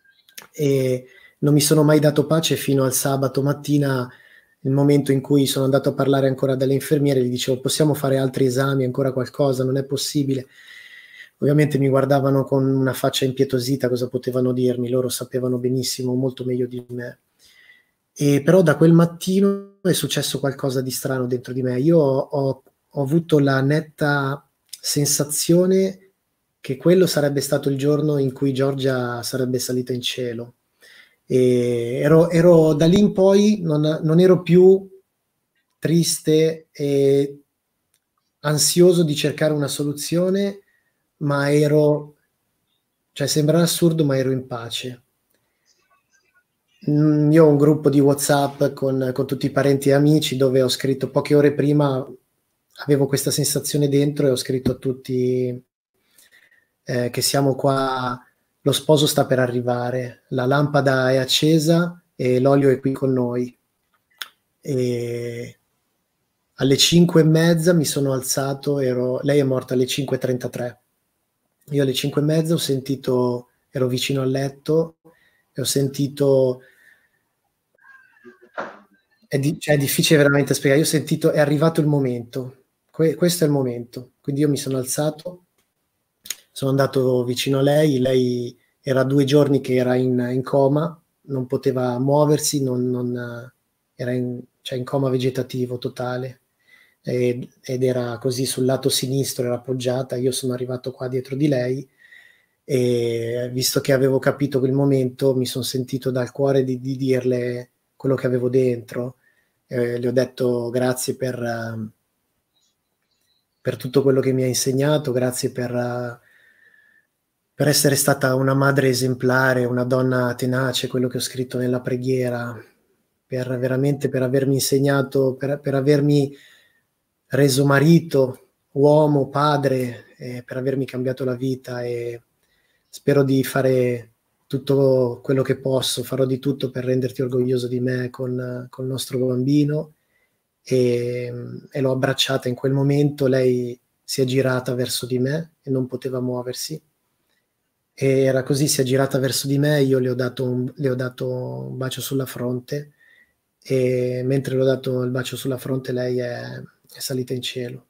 Speaker 2: E non mi sono mai dato pace fino al sabato mattina, il momento in cui sono andato a parlare ancora dalle infermiere, gli dicevo: "Possiamo fare altri esami, ancora qualcosa? Non è possibile". Ovviamente mi guardavano con una faccia impietosita, cosa potevano dirmi? Loro sapevano benissimo, molto meglio di me. E però da quel mattino è successo qualcosa di strano dentro di me. Io ho ho ho avuto la netta sensazione che quello sarebbe stato il giorno in cui Giorgia sarebbe salita in cielo. E ero ero da lì in poi non non ero più triste e ansioso di cercare una soluzione, ma ero cioè sembra assurdo, ma ero in pace. Mm, io ho un gruppo di WhatsApp con, con tutti i parenti e amici dove ho scritto poche ore prima, avevo questa sensazione dentro e ho scritto a tutti eh, che siamo qua, lo sposo sta per arrivare, la lampada è accesa e l'olio è qui con noi. E alle cinque e mezza mi sono alzato, ero, lei è morta alle cinque e trentatré. Io alle cinque e mezza ho sentito, ero vicino al letto e ho sentito, è, di, cioè è difficile veramente spiegare, io ho sentito, è arrivato il momento, que, questo è il momento. Quindi io mi sono alzato, sono andato vicino a lei, lei era due giorni che era in, in coma, non poteva muoversi, non, non, era in, cioè in coma vegetativo totale. Ed, ed era così sul lato sinistro, era appoggiata, io sono arrivato qua dietro di lei e visto che avevo capito quel momento mi sono sentito dal cuore di, di dirle quello che avevo dentro, eh, le ho detto grazie per, uh, per tutto quello che mi ha insegnato, grazie per, uh, per essere stata una madre esemplare, una donna tenace, quello che ho scritto nella preghiera, per veramente per avermi insegnato, per, per avermi reso marito, uomo, padre, eh, per avermi cambiato la vita, e spero di fare tutto quello che posso, farò di tutto per renderti orgoglioso di me con, con il nostro bambino. E, e l'ho abbracciata in quel momento, lei si è girata verso di me e non poteva muoversi. E era così, si è girata verso di me, io le ho dato un, le ho dato un bacio sulla fronte e mentre le ho dato il bacio sulla fronte lei è, è salita in cielo.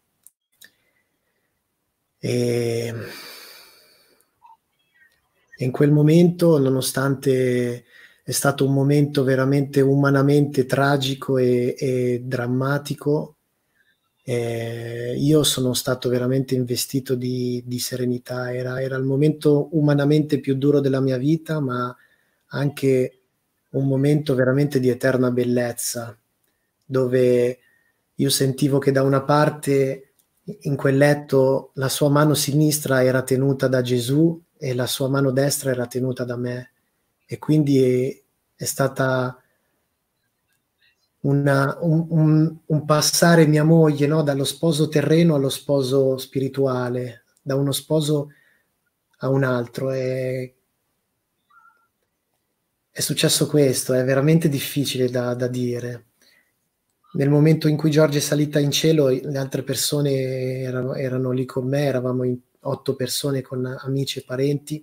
Speaker 2: E in quel momento, nonostante è stato un momento veramente umanamente tragico e, e drammatico, eh, io sono stato veramente investito di, di serenità. Era, era il momento umanamente più duro della mia vita, ma anche un momento veramente di eterna bellezza, dove io sentivo che da una parte in quel letto la sua mano sinistra era tenuta da Gesù e la sua mano destra era tenuta da me, e quindi è, è stata una, un, un, un passare mia moglie, no? Dallo sposo terreno allo sposo spirituale, da uno sposo a un altro. E è successo questo, è veramente difficile da, da dire. Nel momento in cui Giorgia è salita in cielo, le altre persone erano, erano lì con me, eravamo in otto persone con amici e parenti,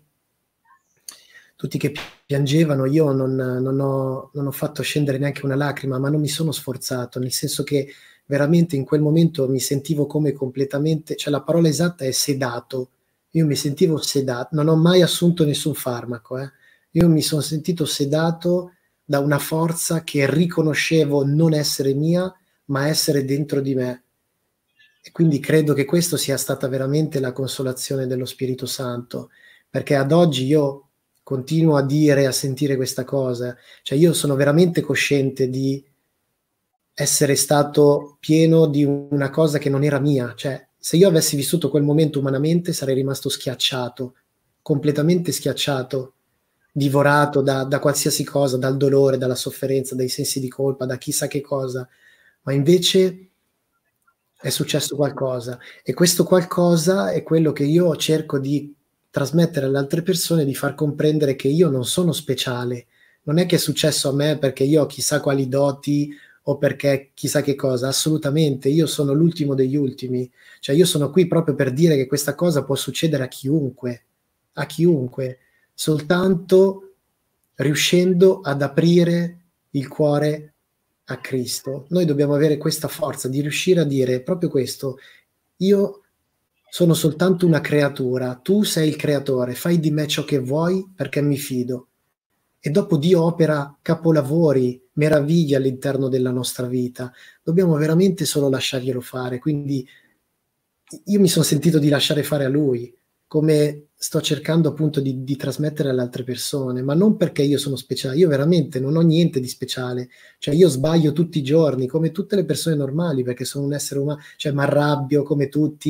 Speaker 2: tutti che piangevano. Io non, non, ho, non ho fatto scendere neanche una lacrima, ma non mi sono sforzato, nel senso che veramente in quel momento mi sentivo come completamente, cioè la parola esatta è sedato, io mi sentivo sedato, non ho mai assunto nessun farmaco, eh. Io mi sono sentito sedato da una forza che riconoscevo non essere mia, ma essere dentro di me. E quindi credo che questo sia stata veramente la consolazione dello Spirito Santo, perché ad oggi io continuo a dire, a sentire questa cosa, cioè io sono veramente cosciente di essere stato pieno di una cosa che non era mia, cioè se io avessi vissuto quel momento umanamente sarei rimasto schiacciato, completamente schiacciato, divorato da, da qualsiasi cosa, dal dolore, dalla sofferenza, dai sensi di colpa, da chissà che cosa, ma invece è successo qualcosa, e questo qualcosa è quello che io cerco di trasmettere alle altre persone, di far comprendere che io non sono speciale, non è che è successo a me perché io ho chissà quali doti o perché chissà che cosa, assolutamente, io sono l'ultimo degli ultimi, cioè io sono qui proprio per dire che questa cosa può succedere a chiunque, a chiunque, soltanto riuscendo ad aprire il cuore a Cristo. Noi dobbiamo avere questa forza di riuscire a dire proprio questo: io sono soltanto una creatura, tu sei il creatore, fai di me ciò che vuoi perché mi fido. E dopo Dio opera capolavori, meraviglie all'interno della nostra vita, dobbiamo veramente solo lasciarglielo fare. Quindi io mi sono sentito di lasciare fare a Lui, come sto cercando appunto di, di trasmettere alle altre persone, ma non perché io sono speciale, io veramente non ho niente di speciale, cioè io sbaglio tutti i giorni come tutte le persone normali, perché sono un essere umano, cioè mi arrabbio come tutti,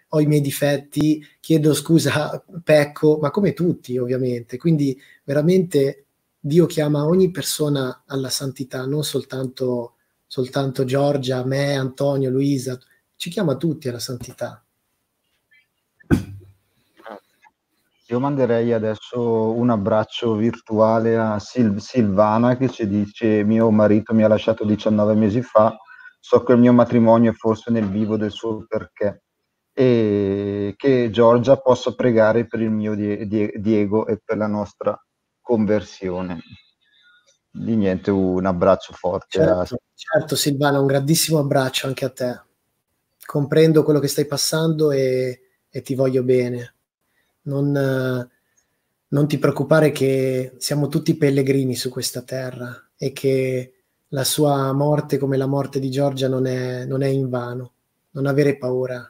Speaker 2: ho i miei difetti, chiedo scusa, pecco, ma come tutti ovviamente. Quindi veramente Dio chiama ogni persona alla santità, non soltanto, soltanto Giorgia, me, Antonio, Luisa, ci chiama tutti alla santità.
Speaker 1: Io manderei adesso un abbraccio virtuale a Sil- Silvana che ci dice: mio marito mi ha lasciato diciannove mesi fa, so che il mio matrimonio è forse nel vivo del suo perché, e che Giorgia possa pregare per il mio Die- Die- Diego e per la nostra conversione. Di niente, un abbraccio forte a...
Speaker 2: Certo, certo Silvana, un grandissimo abbraccio anche a te. Comprendo quello che stai passando e, e ti voglio bene. Non, eh, non ti preoccupare che siamo tutti pellegrini su questa terra e che la sua morte, come la morte di Giorgia, non è, non è invano. Non avere paura.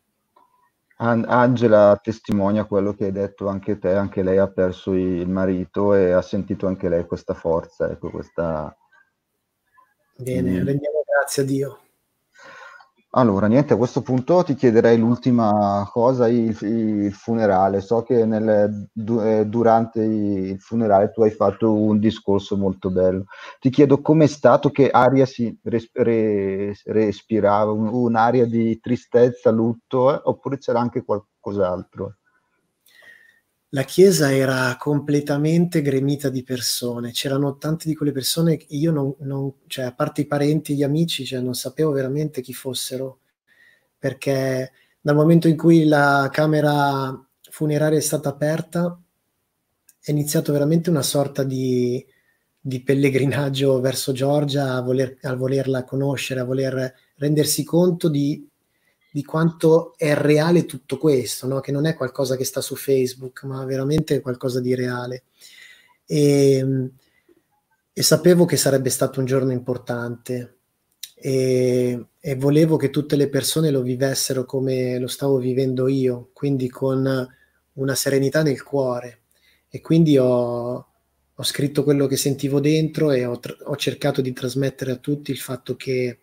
Speaker 1: An- Angela testimonia quello che hai detto anche te, anche lei ha perso il marito e ha sentito anche lei questa forza, ecco, questa...
Speaker 2: Bene,
Speaker 1: di-
Speaker 2: rendiamo grazie a Dio.
Speaker 1: Allora, niente, a questo punto ti chiederei l'ultima cosa, il, il funerale. So che nel- du- eh, durante il funerale tu hai fatto un discorso molto bello. Ti chiedo com'è stato, che aria si res- re- respirava, un- un'aria di tristezza, lutto, eh? Oppure c'era anche qualcos'altro?
Speaker 2: La chiesa era completamente gremita di persone, c'erano tante di quelle persone che io non, non- cioè a parte i parenti e gli amici, cioè non sapevo veramente chi fossero, perché dal momento in cui la camera funeraria è stata aperta è iniziato veramente una sorta di, di pellegrinaggio verso Giorgia, a, voler, a volerla conoscere, a voler rendersi conto di, di quanto è reale tutto questo, no? Che non è qualcosa che sta su Facebook, ma veramente qualcosa di reale. E, e sapevo che sarebbe stato un giorno importante e, e volevo che tutte le persone lo vivessero come lo stavo vivendo io, quindi con una serenità nel cuore. E quindi ho, ho scritto quello che sentivo dentro e ho, tr- ho cercato di trasmettere a tutti il fatto che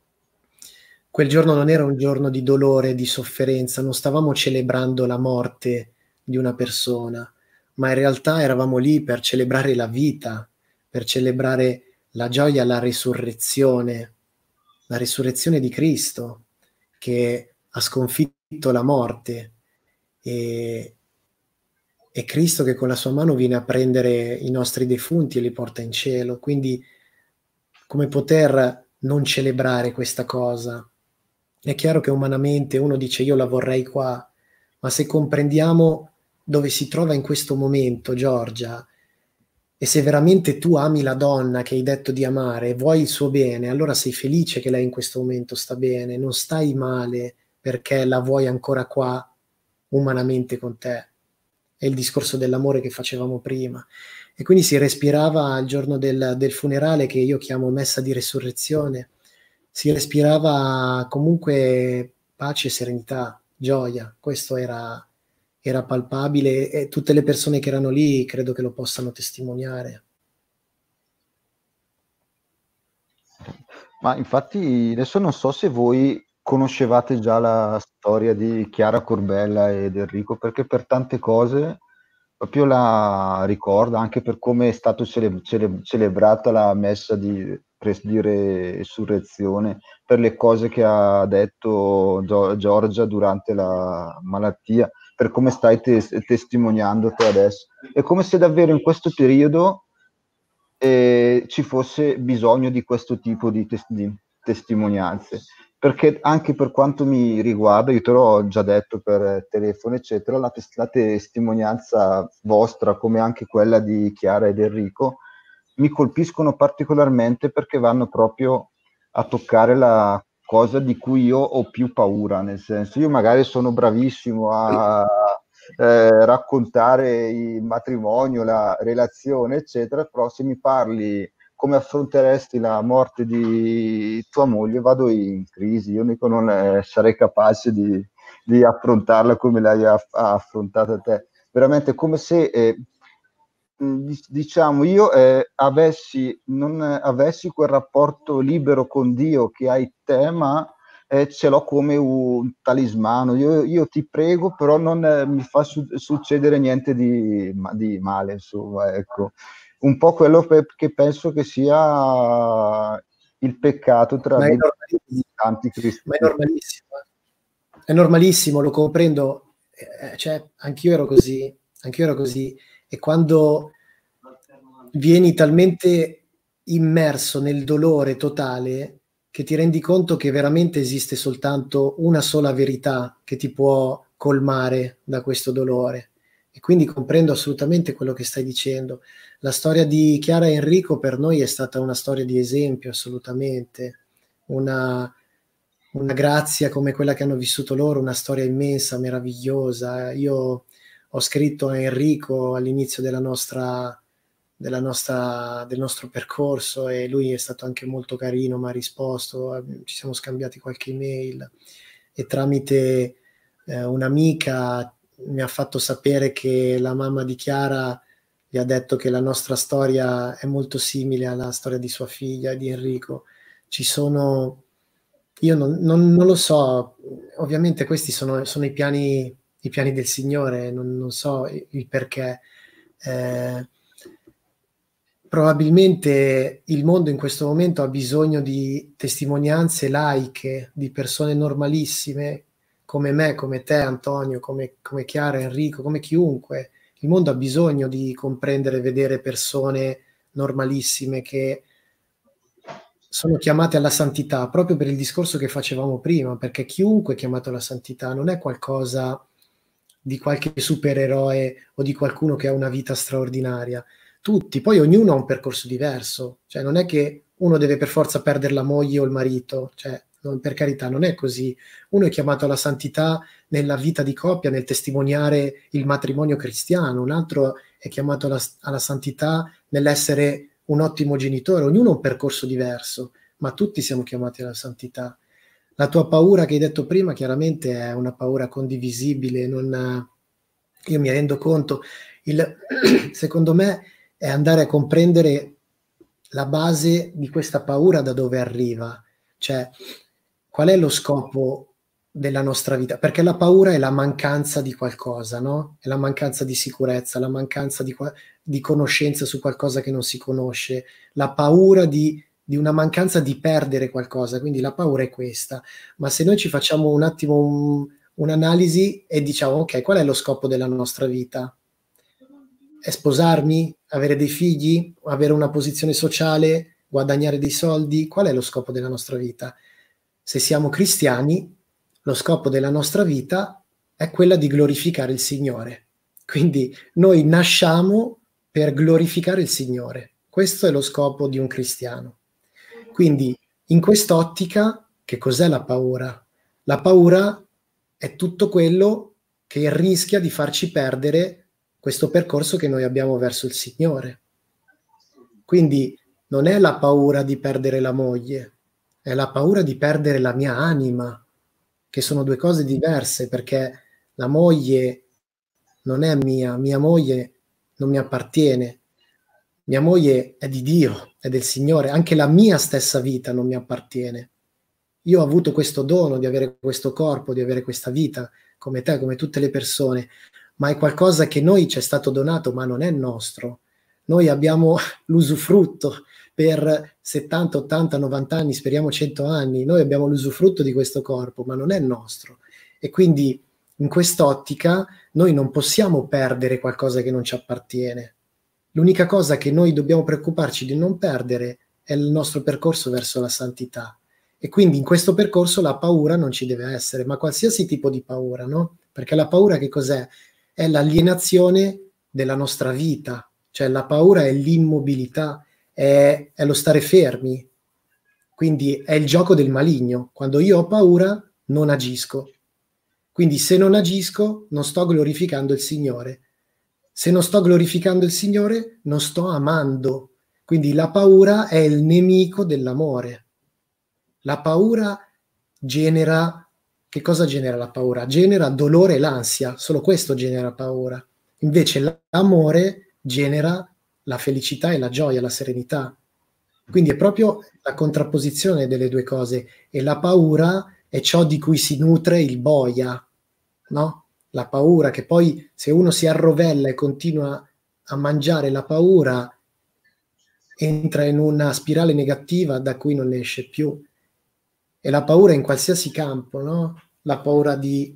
Speaker 2: quel giorno non era un giorno di dolore, di sofferenza, non stavamo celebrando la morte di una persona, ma in realtà eravamo lì per celebrare la vita, per celebrare la gioia, la risurrezione, la risurrezione di Cristo che ha sconfitto la morte e, è Cristo che con la sua mano viene a prendere i nostri defunti e li porta in cielo. Quindi come poter non celebrare questa cosa? È chiaro che umanamente uno dice io la vorrei qua, ma se comprendiamo dove si trova in questo momento Giorgia e se veramente tu ami la donna che hai detto di amare e vuoi il suo bene, allora sei felice che lei in questo momento sta bene, non stai male perché la vuoi ancora qua umanamente con te. È il discorso dell'amore che facevamo prima. E quindi si respirava il giorno del, del funerale, che io chiamo messa di resurrezione, si respirava comunque pace, serenità, gioia. Questo era, era palpabile e tutte le persone che erano lì credo che lo possano testimoniare.
Speaker 1: Ma infatti adesso non so se voi conoscevate già la storia di Chiara Corbella ed Enrico, perché per tante cose proprio la ricorda, anche per come è stata cele- cele- celebrata la messa di, pres- di resurrezione, per le cose che ha detto Gio- Giorgia durante la malattia, per come stai tes- testimoniando te adesso. È come se davvero in questo periodo eh, ci fosse bisogno di questo tipo di, tes- di testimonianze. Perché anche per quanto mi riguarda, io te l'ho già detto per telefono, eccetera, la, tes- la testimonianza vostra, come anche quella di Chiara ed Enrico, mi colpiscono particolarmente perché vanno proprio a toccare la cosa di cui io ho più paura, nel senso, io magari sono bravissimo a eh, raccontare il matrimonio, la relazione, eccetera, però se mi parli come affronteresti la morte di tua moglie, vado in crisi, io dico non eh, sarei capace di, di affrontarla come l'hai aff- affrontata te. Veramente come se, eh, diciamo, io eh, avessi, non avessi quel rapporto libero con Dio che hai te, ma eh, ce l'ho come un talismano. Io, io ti prego, però non eh, mi fa su- succedere niente di, ma- di male, insomma, ecco. Un po' quello pe- che penso che sia il peccato tra
Speaker 2: Ma è
Speaker 1: mille
Speaker 2: normalissimo,
Speaker 1: tanti
Speaker 2: ma è
Speaker 1: cristiani.
Speaker 2: normalissimo, eh. È normalissimo, lo comprendo, eh, cioè, anch'io ero così, anch'io ero così, e quando vieni talmente immerso nel dolore totale che ti rendi conto che veramente esiste soltanto una sola verità che ti può colmare da questo dolore. E quindi comprendo assolutamente quello che stai dicendo. La storia di Chiara e Enrico per noi è stata una storia di esempio, assolutamente. Una, una grazia come quella che hanno vissuto loro, una storia immensa, meravigliosa. Io ho scritto a Enrico all'inizio della nostra, della nostra, del nostro percorso, e lui è stato anche molto carino, mi ha risposto, ci siamo scambiati qualche email, e tramite eh, un'amica mi ha fatto sapere che la mamma di Chiara gli ha detto che la nostra storia è molto simile alla storia di sua figlia, di Enrico. Ci sono, io non, non- non lo so, ovviamente questi sono, sono i piani, i piani del Signore, non, non so il, il perché. Eh, probabilmente il mondo in questo momento ha bisogno di testimonianze laiche, di persone normalissime, come me, come te, Antonio, come, come Chiara, Enrico, come chiunque. Il mondo ha bisogno di comprendere e vedere persone normalissime che sono chiamate alla santità, proprio per il discorso che facevamo prima, perché chiunque è chiamato alla santità non è qualcosa di qualche supereroe o di qualcuno che ha una vita straordinaria. Tutti, poi ognuno ha un percorso diverso, cioè non è che uno deve per forza perdere la moglie o il marito, cioè non, per carità, non è così. Uno è chiamato alla santità nella vita di coppia, nel testimoniare il matrimonio cristiano, un altro è chiamato alla, alla santità nell'essere un ottimo genitore. Ognuno ha un percorso diverso, ma tutti siamo chiamati alla santità. La tua paura che hai detto prima chiaramente è una paura condivisibile, non, io mi rendo conto, il, secondo me è andare a comprendere la base di questa paura, da dove arriva, cioè qual è lo scopo della nostra vita, perché la paura è la mancanza di qualcosa, no? È la mancanza di sicurezza, la mancanza di, di conoscenza su qualcosa che non si conosce, la paura di, di una mancanza di perdere qualcosa, quindi la paura è questa. Ma se noi ci facciamo un attimo un, un'analisi e diciamo ok, qual è lo scopo della nostra vita? È sposarmi? Avere dei figli? Avere una posizione sociale? Guadagnare dei soldi? Qual è lo scopo della nostra vita? Se siamo cristiani, lo scopo della nostra vita è quella di glorificare il Signore. Quindi noi nasciamo per glorificare il Signore. Questo è lo scopo di un cristiano. Quindi in quest'ottica, che cos'è la paura? La paura è tutto quello che rischia di farci perdere questo percorso che noi abbiamo verso il Signore. Quindi non è la paura di perdere la moglie, è la paura di perdere la mia anima, che sono due cose diverse, perché la moglie non è mia, mia moglie non mi appartiene, mia moglie è di Dio, è del Signore, anche la mia stessa vita non mi appartiene. Io ho avuto questo dono di avere questo corpo, di avere questa vita, come te, come tutte le persone, ma è qualcosa che noi ci è stato donato, ma non è nostro. Noi abbiamo l'usufrutto per settanta, ottanta, novanta anni, speriamo cento anni, noi abbiamo l'usufrutto di questo corpo, ma non è nostro. E quindi in quest'ottica noi non possiamo perdere qualcosa che non ci appartiene. L'unica cosa che noi dobbiamo preoccuparci di non perdere è il nostro percorso verso la santità. E quindi in questo percorso la paura non ci deve essere, ma qualsiasi tipo di paura, no? Perché la paura che cos'è? È l'alienazione della nostra vita, cioè la paura è l'immobilità, è, è lo stare fermi, quindi è il gioco del maligno. Quando io ho paura non agisco, quindi se non agisco non sto glorificando il Signore, se non sto glorificando il Signore non sto amando, quindi la paura è il nemico dell'amore. La paura genera, che cosa genera la paura? Genera dolore e l'ansia, solo questo genera paura. Invece l'amore genera la felicità e la gioia, la serenità. Quindi è proprio la contrapposizione delle due cose, e la paura è ciò di cui si nutre il boia, no? La paura, che poi se uno si arrovella e continua a mangiare la paura, entra in una spirale negativa da cui non ne esce più. E la paura in qualsiasi campo, no? La paura di,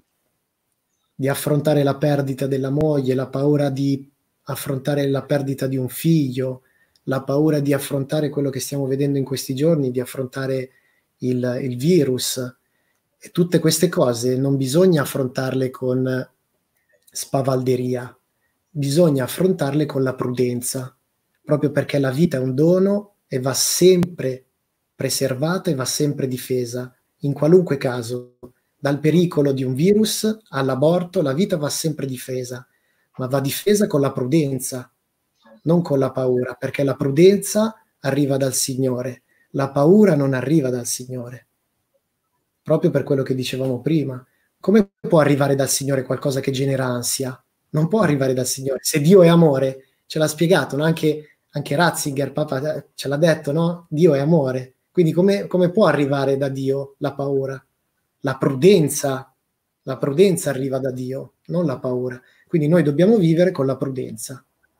Speaker 2: di affrontare la perdita della moglie, la paura di affrontare la perdita di un figlio, la paura di affrontare quello che stiamo vedendo in questi giorni, di affrontare il, il virus. E tutte queste cose non bisogna affrontarle con spavalderia, bisogna affrontarle con la prudenza, proprio perché la vita è un dono e va sempre preservata e va sempre difesa, in qualunque caso, dal pericolo di un virus all'aborto, la vita va sempre difesa, ma va difesa con la prudenza, non con la paura, perché la prudenza arriva dal Signore, la paura non arriva dal Signore. Proprio per quello che dicevamo prima. Come può arrivare dal Signore qualcosa che genera ansia? Non può arrivare dal Signore. Se Dio è amore, ce l'ha spiegato, no? Anche, anche Ratzinger, Papa, ce l'ha detto, no? Dio è amore. Quindi come, come può arrivare da Dio la paura? La prudenza, la prudenza arriva da Dio, non la paura. Quindi noi dobbiamo vivere con la prudenza.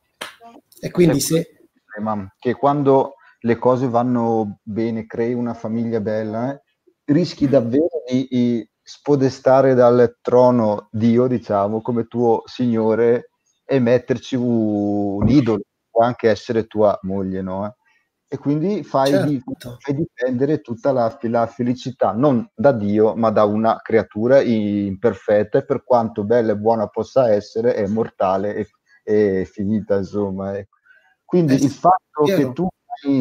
Speaker 2: E quindi se...
Speaker 1: Che quando le cose vanno bene, crei una famiglia bella, eh, rischi davvero di, di spodestare dal trono Dio, diciamo, come tuo Signore e metterci un idolo, può anche essere tua moglie, no? E quindi fai,
Speaker 2: certo.
Speaker 1: di, fai dipendere tutta la, la felicità non da Dio, ma da una creatura imperfetta, e per quanto bella e buona possa essere, è mortale e, e finita, insomma. Ecco. Quindi eh, il fatto che tu hai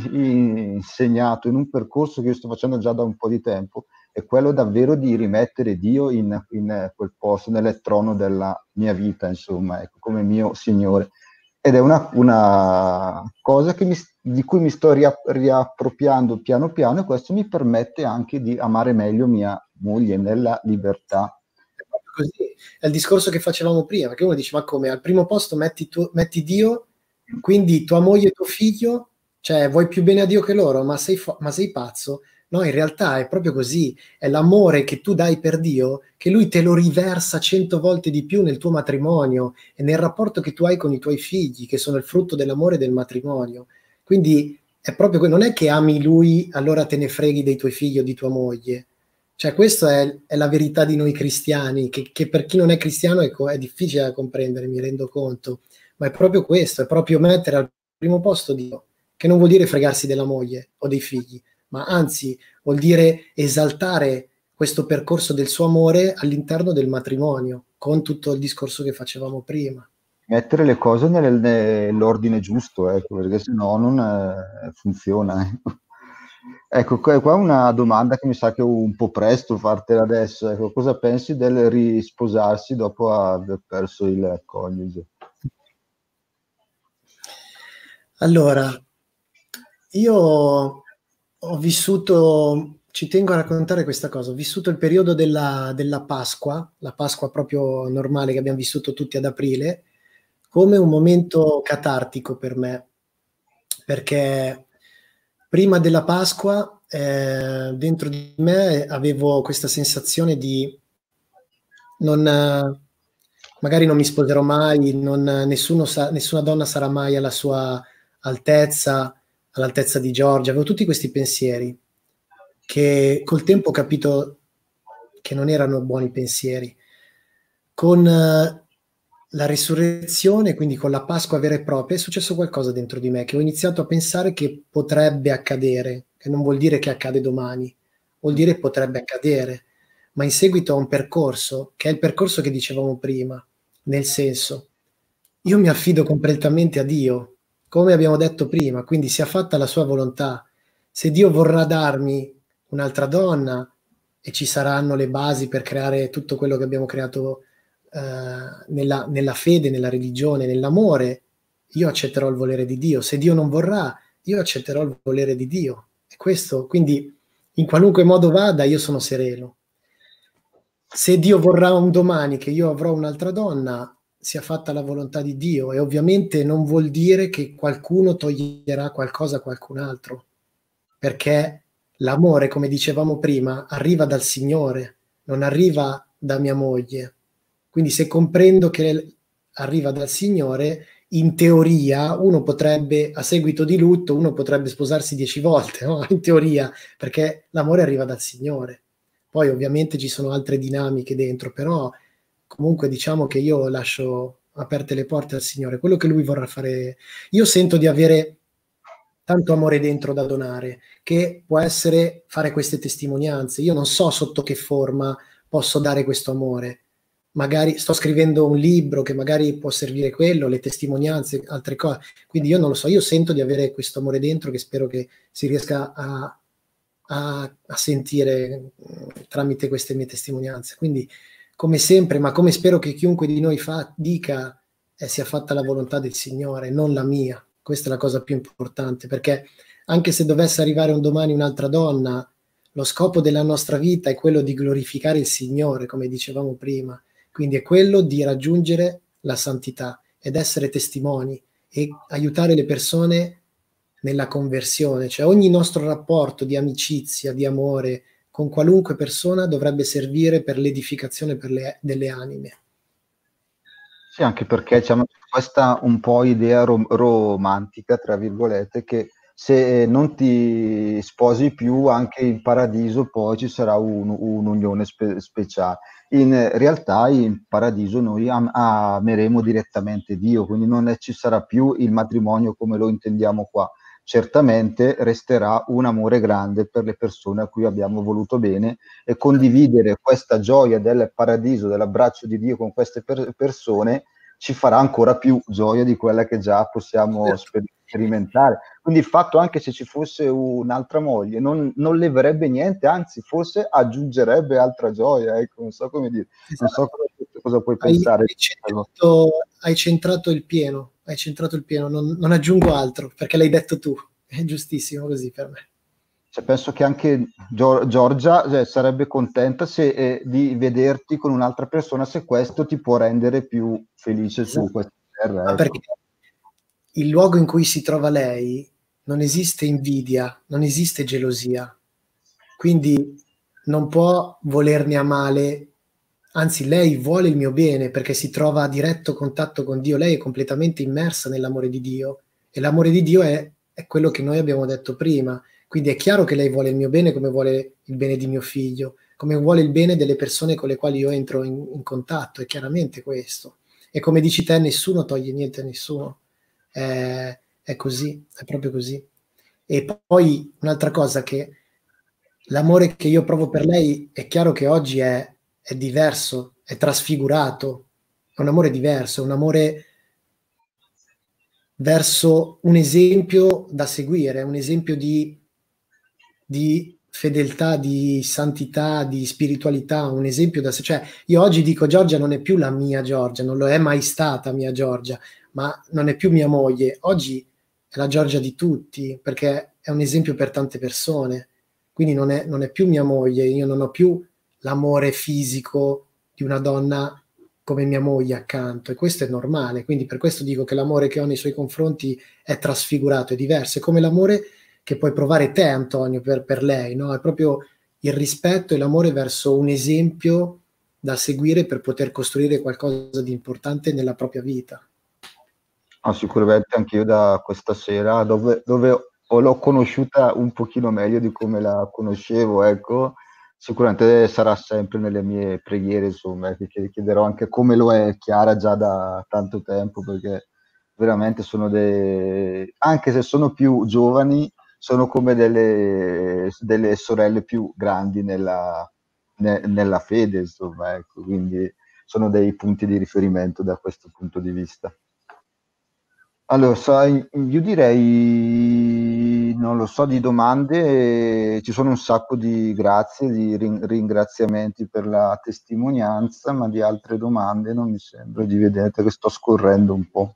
Speaker 1: insegnato in un percorso che io sto facendo già da un po' di tempo è quello davvero di rimettere Dio in, in quel posto, nel trono della mia vita, insomma, ecco, come mio Signore. Ed è una, una cosa che mi, di cui mi sto ria, riappropriando piano piano, e questo mi permette anche di amare meglio mia moglie nella libertà.
Speaker 2: È proprio così, è il discorso che facevamo prima, perché uno dice: ma come, al primo posto metti, tu, metti Dio, quindi tua moglie e tuo figlio, cioè vuoi più bene a Dio che loro, ma sei, ma sei pazzo? No, in realtà è proprio così, è l'amore che tu dai per Dio che Lui te lo riversa cento volte di più nel tuo matrimonio e nel rapporto che tu hai con i tuoi figli, che sono il frutto dell'amore del matrimonio. Quindi è proprio, non è che ami Lui, allora te ne freghi dei tuoi figli o di tua moglie. Cioè questa è, è la verità di noi cristiani, che, che per chi non è cristiano è, è difficile da comprendere, mi rendo conto, ma è proprio questo, è proprio mettere al primo posto Dio, che non vuol dire fregarsi della moglie o dei figli, ma anzi vuol dire esaltare questo percorso del suo amore all'interno del matrimonio, con tutto il discorso che facevamo prima.
Speaker 1: Mettere le cose nel, nell'ordine giusto, ecco, perché sennò non eh, funziona. Ecco, qua una domanda che mi sa che è un po' presto fartela adesso. Ecco, cosa pensi del risposarsi dopo aver perso il coniuge?
Speaker 2: Allora, io ho vissuto, ci tengo a raccontare questa cosa, ho vissuto il periodo della, della Pasqua, la Pasqua proprio normale che abbiamo vissuto tutti ad aprile, come un momento catartico per me, perché prima della Pasqua eh, dentro di me avevo questa sensazione di non, magari non mi sposerò mai, non, nessuno sa, nessuna donna sarà mai alla sua altezza, all'altezza di Giorgia. Avevo tutti questi pensieri che col tempo ho capito che non erano buoni pensieri. Con la risurrezione, quindi con la Pasqua vera e propria, è successo qualcosa dentro di me, che ho iniziato a pensare che potrebbe accadere, che non vuol dire che accade domani, vuol dire potrebbe accadere, ma in seguito a un percorso, che è il percorso che dicevamo prima, nel senso, io mi affido completamente a Dio, come abbiamo detto prima, quindi sia fatta la sua volontà. Se Dio vorrà darmi un'altra donna e ci saranno le basi per creare tutto quello che abbiamo creato Uh, nella, nella fede, nella religione, nell'amore, io accetterò il volere di Dio. Se Dio non vorrà, io accetterò il volere di Dio. E questo, quindi, in qualunque modo vada, io sono sereno. Se Dio vorrà un domani che io avrò un'altra donna, sia fatta la volontà di Dio. E ovviamente non vuol dire che qualcuno toglierà qualcosa a qualcun altro, perché l'amore, come dicevamo prima, arriva dal Signore, non arriva da mia moglie. Quindi se comprendo che arriva dal Signore, in teoria uno potrebbe, a seguito di lutto, uno potrebbe sposarsi dieci volte, no? In teoria, perché l'amore arriva dal Signore. Poi ovviamente ci sono altre dinamiche dentro, però comunque diciamo che io lascio aperte le porte al Signore, quello che Lui vorrà fare. Io sento di avere tanto amore dentro da donare, che può essere fare queste testimonianze. Io non so sotto che forma posso dare questo amore. Magari sto scrivendo un libro che magari può servire quello, le testimonianze, altre cose. Quindi io non lo so, io sento di avere questo amore dentro che spero che si riesca a, a, a sentire mh, tramite queste mie testimonianze. Quindi come sempre, ma come spero che chiunque di noi fa, dica eh, sia fatta la volontà del Signore, non la mia. Questa è la cosa più importante, perché anche se dovesse arrivare un domani un'altra donna, lo scopo della nostra vita è quello di glorificare il Signore, come dicevamo prima. Quindi è quello di raggiungere la santità ed essere testimoni e aiutare le persone nella conversione. Cioè ogni nostro rapporto di amicizia, di amore con qualunque persona dovrebbe servire per l'edificazione per le, delle anime.
Speaker 1: Sì, anche perché c'è questa un po' idea rom- romantica, tra virgolette, che se non ti sposi più, anche in paradiso poi ci sarà un- un'unione spe- speciale. In realtà in paradiso noi am- ameremo direttamente Dio, quindi non è- ci sarà più il matrimonio come lo intendiamo qua. Certamente resterà un amore grande per le persone a cui abbiamo voluto bene, e condividere questa gioia del paradiso, dell'abbraccio di Dio con queste per- persone ci farà ancora più gioia di quella che già possiamo sper- sperimentare. Quindi il fatto, anche se ci fosse un'altra moglie, non, non leverebbe niente, anzi forse aggiungerebbe altra gioia, ecco, non so come dire, non so cosa, cosa puoi
Speaker 2: Hai,
Speaker 1: pensare.
Speaker 2: hai, centrato, hai centrato il pieno, hai centrato il pieno, non, non aggiungo altro, perché l'hai detto tu, è giustissimo così per me.
Speaker 1: Cioè, penso che anche Gio- Giorgia eh, sarebbe contenta se, eh, di vederti con un'altra persona, se questo ti può rendere più felice su
Speaker 2: Esatto.
Speaker 1: questa terra.
Speaker 2: Ma
Speaker 1: Ecco.
Speaker 2: perché il luogo in cui si trova lei non esiste invidia, non esiste gelosia, quindi non può volerne a male, anzi lei vuole il mio bene perché si trova a diretto contatto con Dio, lei è completamente immersa nell'amore di Dio e l'amore di Dio è, è quello che noi abbiamo detto prima, quindi è chiaro che lei vuole il mio bene come vuole il bene di mio figlio, come vuole il bene delle persone con le quali io entro in, in contatto, è chiaramente questo. E come dici te, nessuno toglie niente a nessuno, è, è così, è proprio così. E poi un'altra cosa, che l'amore che io provo per lei è chiaro che oggi è, è diverso, è trasfigurato, è un amore diverso, è un amore verso un esempio da seguire, un esempio di, di fedeltà, di santità, di spiritualità, un esempio da sé. Cioè, io oggi dico Giorgia non è più la mia Giorgia, non lo è mai stata mia Giorgia, ma non è più mia moglie. Oggi è la Giorgia di tutti, perché è un esempio per tante persone. Quindi non è, non è più mia moglie, io non ho più l'amore fisico di una donna come mia moglie accanto, e questo è normale. Quindi per questo dico che l'amore che ho nei suoi confronti è trasfigurato, è diverso. È come l'amore che puoi provare te, Antonio, per, per lei, no? È proprio il rispetto e l'amore verso un esempio da seguire per poter costruire qualcosa di importante nella propria vita.
Speaker 1: No, sicuramente anche io da questa sera, dove, dove l'ho conosciuta un pochino meglio di come la conoscevo, ecco, sicuramente sarà sempre nelle mie preghiere, insomma, che chiederò anche come lo è Chiara già da tanto tempo, perché veramente sono dei, anche se sono più giovani, sono come delle, delle sorelle più grandi nella, ne, nella fede, insomma, ecco, quindi sono dei punti di riferimento da questo punto di vista. Allora, sai, io direi, non lo so, di domande, eh, ci sono un sacco di grazie, di rin- ringraziamenti per la testimonianza, ma di altre domande non mi sembra di vedere, che sto scorrendo un po'.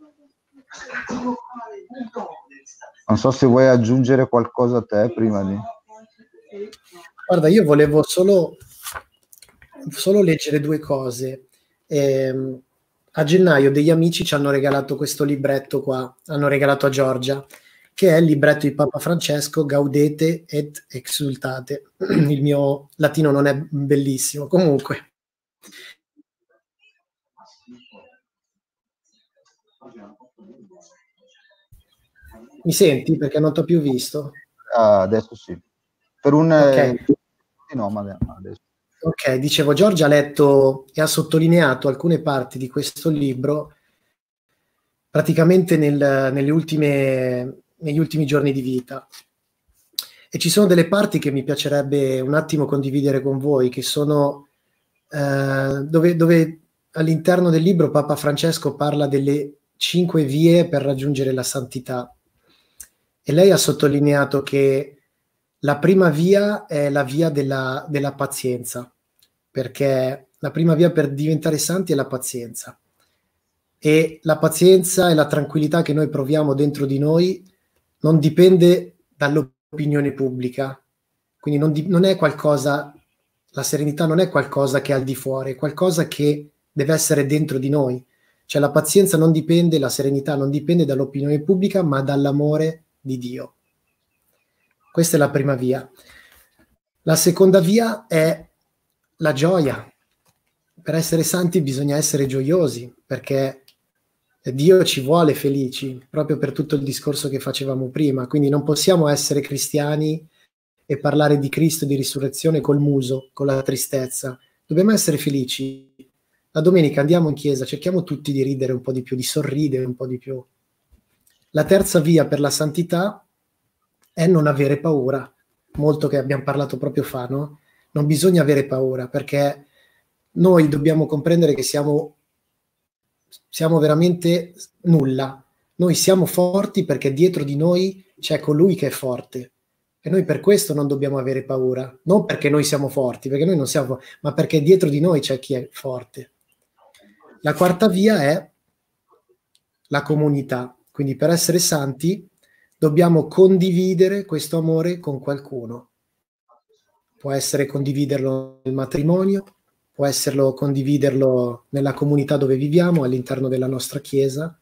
Speaker 1: Non so se vuoi aggiungere qualcosa a te prima di...
Speaker 2: Guarda, io volevo solo, solo leggere due cose. Eh, a gennaio degli amici ci hanno regalato questo libretto qua, hanno regalato a Giorgia, che è il libretto di Papa Francesco, Gaudete et Exultate. Il mio latino non è bellissimo, comunque. Mi senti? Perché non ti ho più visto.
Speaker 1: Ah, adesso sì. Per un...
Speaker 2: Okay.
Speaker 1: Eh, no, ma adesso.
Speaker 2: Ok, dicevo, Giorgia ha letto e ha sottolineato alcune parti di questo libro praticamente nel, nelle ultime, negli ultimi giorni di vita. E ci sono delle parti che mi piacerebbe un attimo condividere con voi, che sono eh, dove, dove all'interno del libro Papa Francesco parla delle cinque vie per raggiungere la santità. E lei ha sottolineato che la prima via è la via della, della pazienza, perché la prima via per diventare santi è la pazienza. E la pazienza e la tranquillità che noi proviamo dentro di noi non dipende dall'opinione pubblica, quindi non, di, non è qualcosa, la serenità non è qualcosa che è al di fuori, è qualcosa che deve essere dentro di noi. Cioè la pazienza non dipende, la serenità non dipende dall'opinione pubblica, ma dall'amore di Dio. Questa è la prima via. La seconda via è la gioia. Per essere santi bisogna essere gioiosi, perché Dio ci vuole felici, proprio per tutto il discorso che facevamo prima. Quindi non possiamo essere cristiani e parlare di Cristo e di risurrezione col muso, con la tristezza. Dobbiamo essere felici. La domenica andiamo in chiesa, cerchiamo tutti di ridere un po' di più, di sorridere un po' di più. La terza via per la santità è non avere paura. Molto che abbiamo parlato proprio fa, no? Non bisogna avere paura, perché noi dobbiamo comprendere che siamo, siamo veramente nulla. Noi siamo forti perché dietro di noi c'è colui che è forte. E noi per questo non dobbiamo avere paura. Non perché noi siamo forti, perché noi non siamo, ma perché dietro di noi c'è chi è forte. La quarta via è la comunità. Quindi per essere santi dobbiamo condividere questo amore con qualcuno. Può essere condividerlo nel matrimonio, può esserlo condividerlo nella comunità dove viviamo, all'interno della nostra chiesa.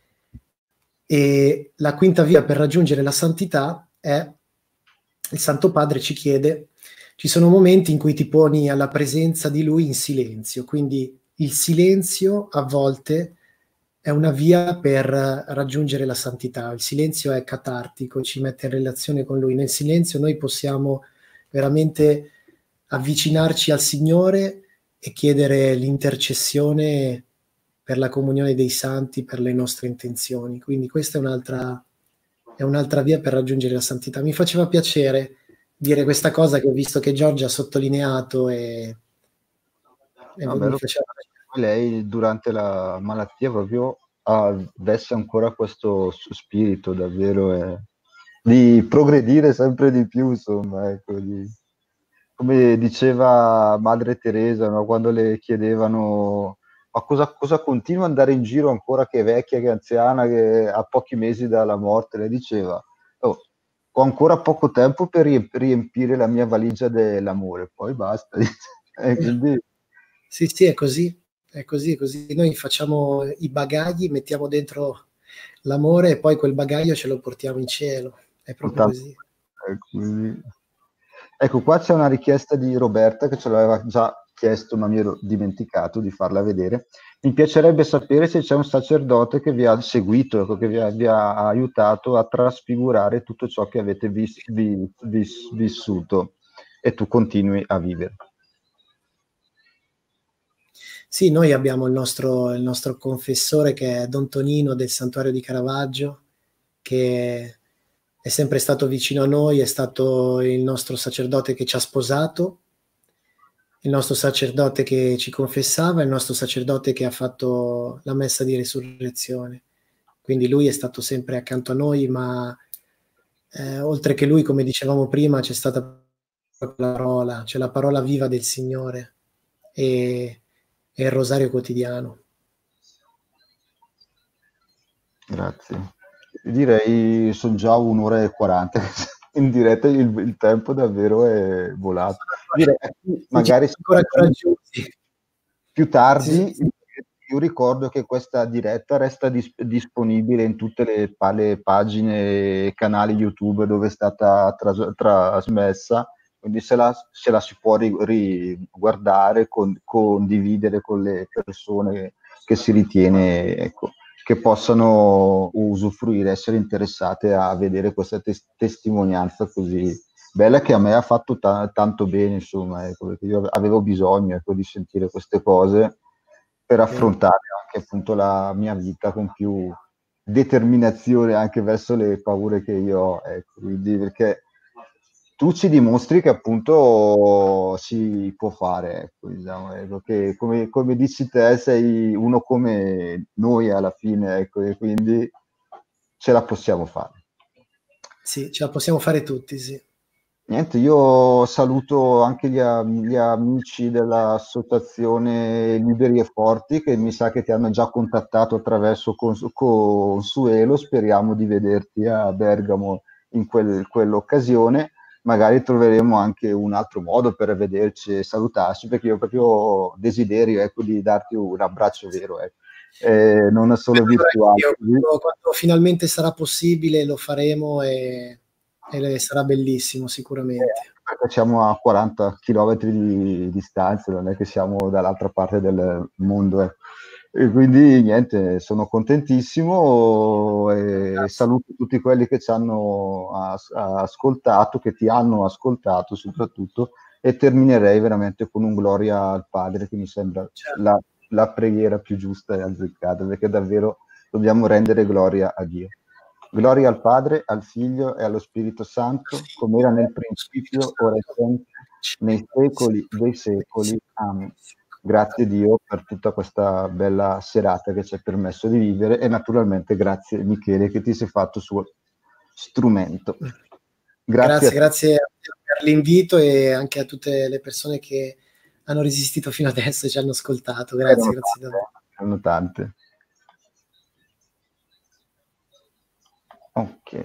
Speaker 2: E la quinta via per raggiungere la santità è, il Santo Padre ci chiede, ci sono momenti in cui ti poni alla presenza di Lui in silenzio, quindi il silenzio a volte è una via per raggiungere la santità. Il silenzio è catartico, ci mette in relazione con Lui. Nel silenzio noi possiamo veramente avvicinarci al Signore e chiedere l'intercessione per la comunione dei santi, per le nostre intenzioni. Quindi questa è un'altra, è un'altra via per raggiungere la santità. Mi faceva piacere dire questa cosa che ho visto che Giorgia ha sottolineato e, e
Speaker 1: No,
Speaker 2: mi
Speaker 1: bello,
Speaker 2: faceva
Speaker 1: lei durante la malattia proprio avesse ancora questo spirito davvero eh, di progredire sempre di più, insomma, ecco, di, come diceva Madre Teresa, no? Quando le chiedevano ma cosa, cosa continua ad andare in giro ancora che è vecchia, che è anziana, che ha pochi mesi dalla morte, le diceva oh, ho ancora poco tempo per riempire la mia valigia dell'amore, poi basta. E quindi...
Speaker 2: Sì, sì, è così, è così, è così. Noi facciamo i bagagli, mettiamo dentro l'amore e poi quel bagaglio ce lo portiamo in cielo. È proprio così.
Speaker 1: Quindi... Ecco, qua c'è una richiesta di Roberta che ce l'aveva già chiesto, ma mi ero dimenticato di farla vedere. Mi piacerebbe sapere se c'è un sacerdote che vi ha seguito, ecco, che vi ha, vi ha aiutato a trasfigurare tutto ciò che avete vis, vis, vis, vissuto e tu continui a vivere.
Speaker 2: Sì, noi abbiamo il nostro, il nostro confessore che è Don Tonino del Santuario di Caravaggio, che è sempre stato vicino a noi, è stato il nostro sacerdote che ci ha sposato, il nostro sacerdote che ci confessava, il nostro sacerdote che ha fatto la messa di risurrezione. Quindi lui è stato sempre accanto a noi, ma eh, oltre che lui, come dicevamo prima, c'è stata proprio la parola, c'è la parola viva del Signore e, e il rosario quotidiano.
Speaker 1: Grazie. Direi sono già un'ora e quaranta in diretta, il, il tempo davvero è volato. Direi magari
Speaker 2: ancora coraggiosi.
Speaker 1: Più tardi
Speaker 2: sì, sì.
Speaker 1: io ricordo che questa diretta resta dis- disponibile in tutte le, pa- le pagine e canali YouTube dove è stata tras- trasmessa, quindi se la, se la si può ri- riguardare, con- condividere con le persone che si ritiene, ecco, che possano usufruire, essere interessate a vedere questa tes- testimonianza così bella, che a me ha fatto ta- tanto bene, insomma, ecco, perché io avevo bisogno, ecco, di sentire queste cose per affrontare anche appunto la mia vita con più determinazione anche verso le paure che io ho, ecco, quindi perché tu ci dimostri che appunto si può fare, ecco, diciamo, ecco, che come, come dici te sei uno come noi alla fine, ecco, e quindi ce la possiamo fare.
Speaker 2: Sì, ce la possiamo fare tutti, sì.
Speaker 1: Niente, io saluto anche gli, am- gli amici dell'associazione Liberi e Forti, che mi sa che ti hanno già contattato attraverso Cons- Consuelo. Speriamo di vederti a Bergamo in quel- quell'occasione. Magari troveremo anche un altro modo per vederci e salutarci, perché io ho proprio desiderio, ecco, di darti un abbraccio vero, ecco. Eh, non solo virtuale.
Speaker 2: Io, quando, quando finalmente sarà possibile lo faremo e, e sarà bellissimo sicuramente.
Speaker 1: Perché siamo a quaranta chilometri di distanza, non è che siamo dall'altra parte del mondo. Eh. E quindi niente, sono contentissimo e
Speaker 2: Grazie.
Speaker 1: saluto tutti quelli che ci hanno as- ascoltato, che ti hanno ascoltato soprattutto, e terminerei veramente con un gloria al Padre, che mi sembra
Speaker 2: Certo.
Speaker 1: la, la preghiera più giusta e azzeccata, perché davvero dobbiamo rendere gloria a Dio. Gloria al Padre, al Figlio e allo Spirito Santo, come era nel principio, ora e sempre, nei secoli dei secoli. Amen. Grazie Dio per tutta questa bella serata che ci hai permesso di vivere, e naturalmente grazie Michele che ti sei fatto suo strumento. Grazie,
Speaker 2: Grazie, grazie per l'invito e anche a tutte le persone che hanno resistito fino adesso e ci hanno ascoltato. Grazie,
Speaker 1: erano
Speaker 2: grazie davvero.
Speaker 1: tante, erano tante. Ok.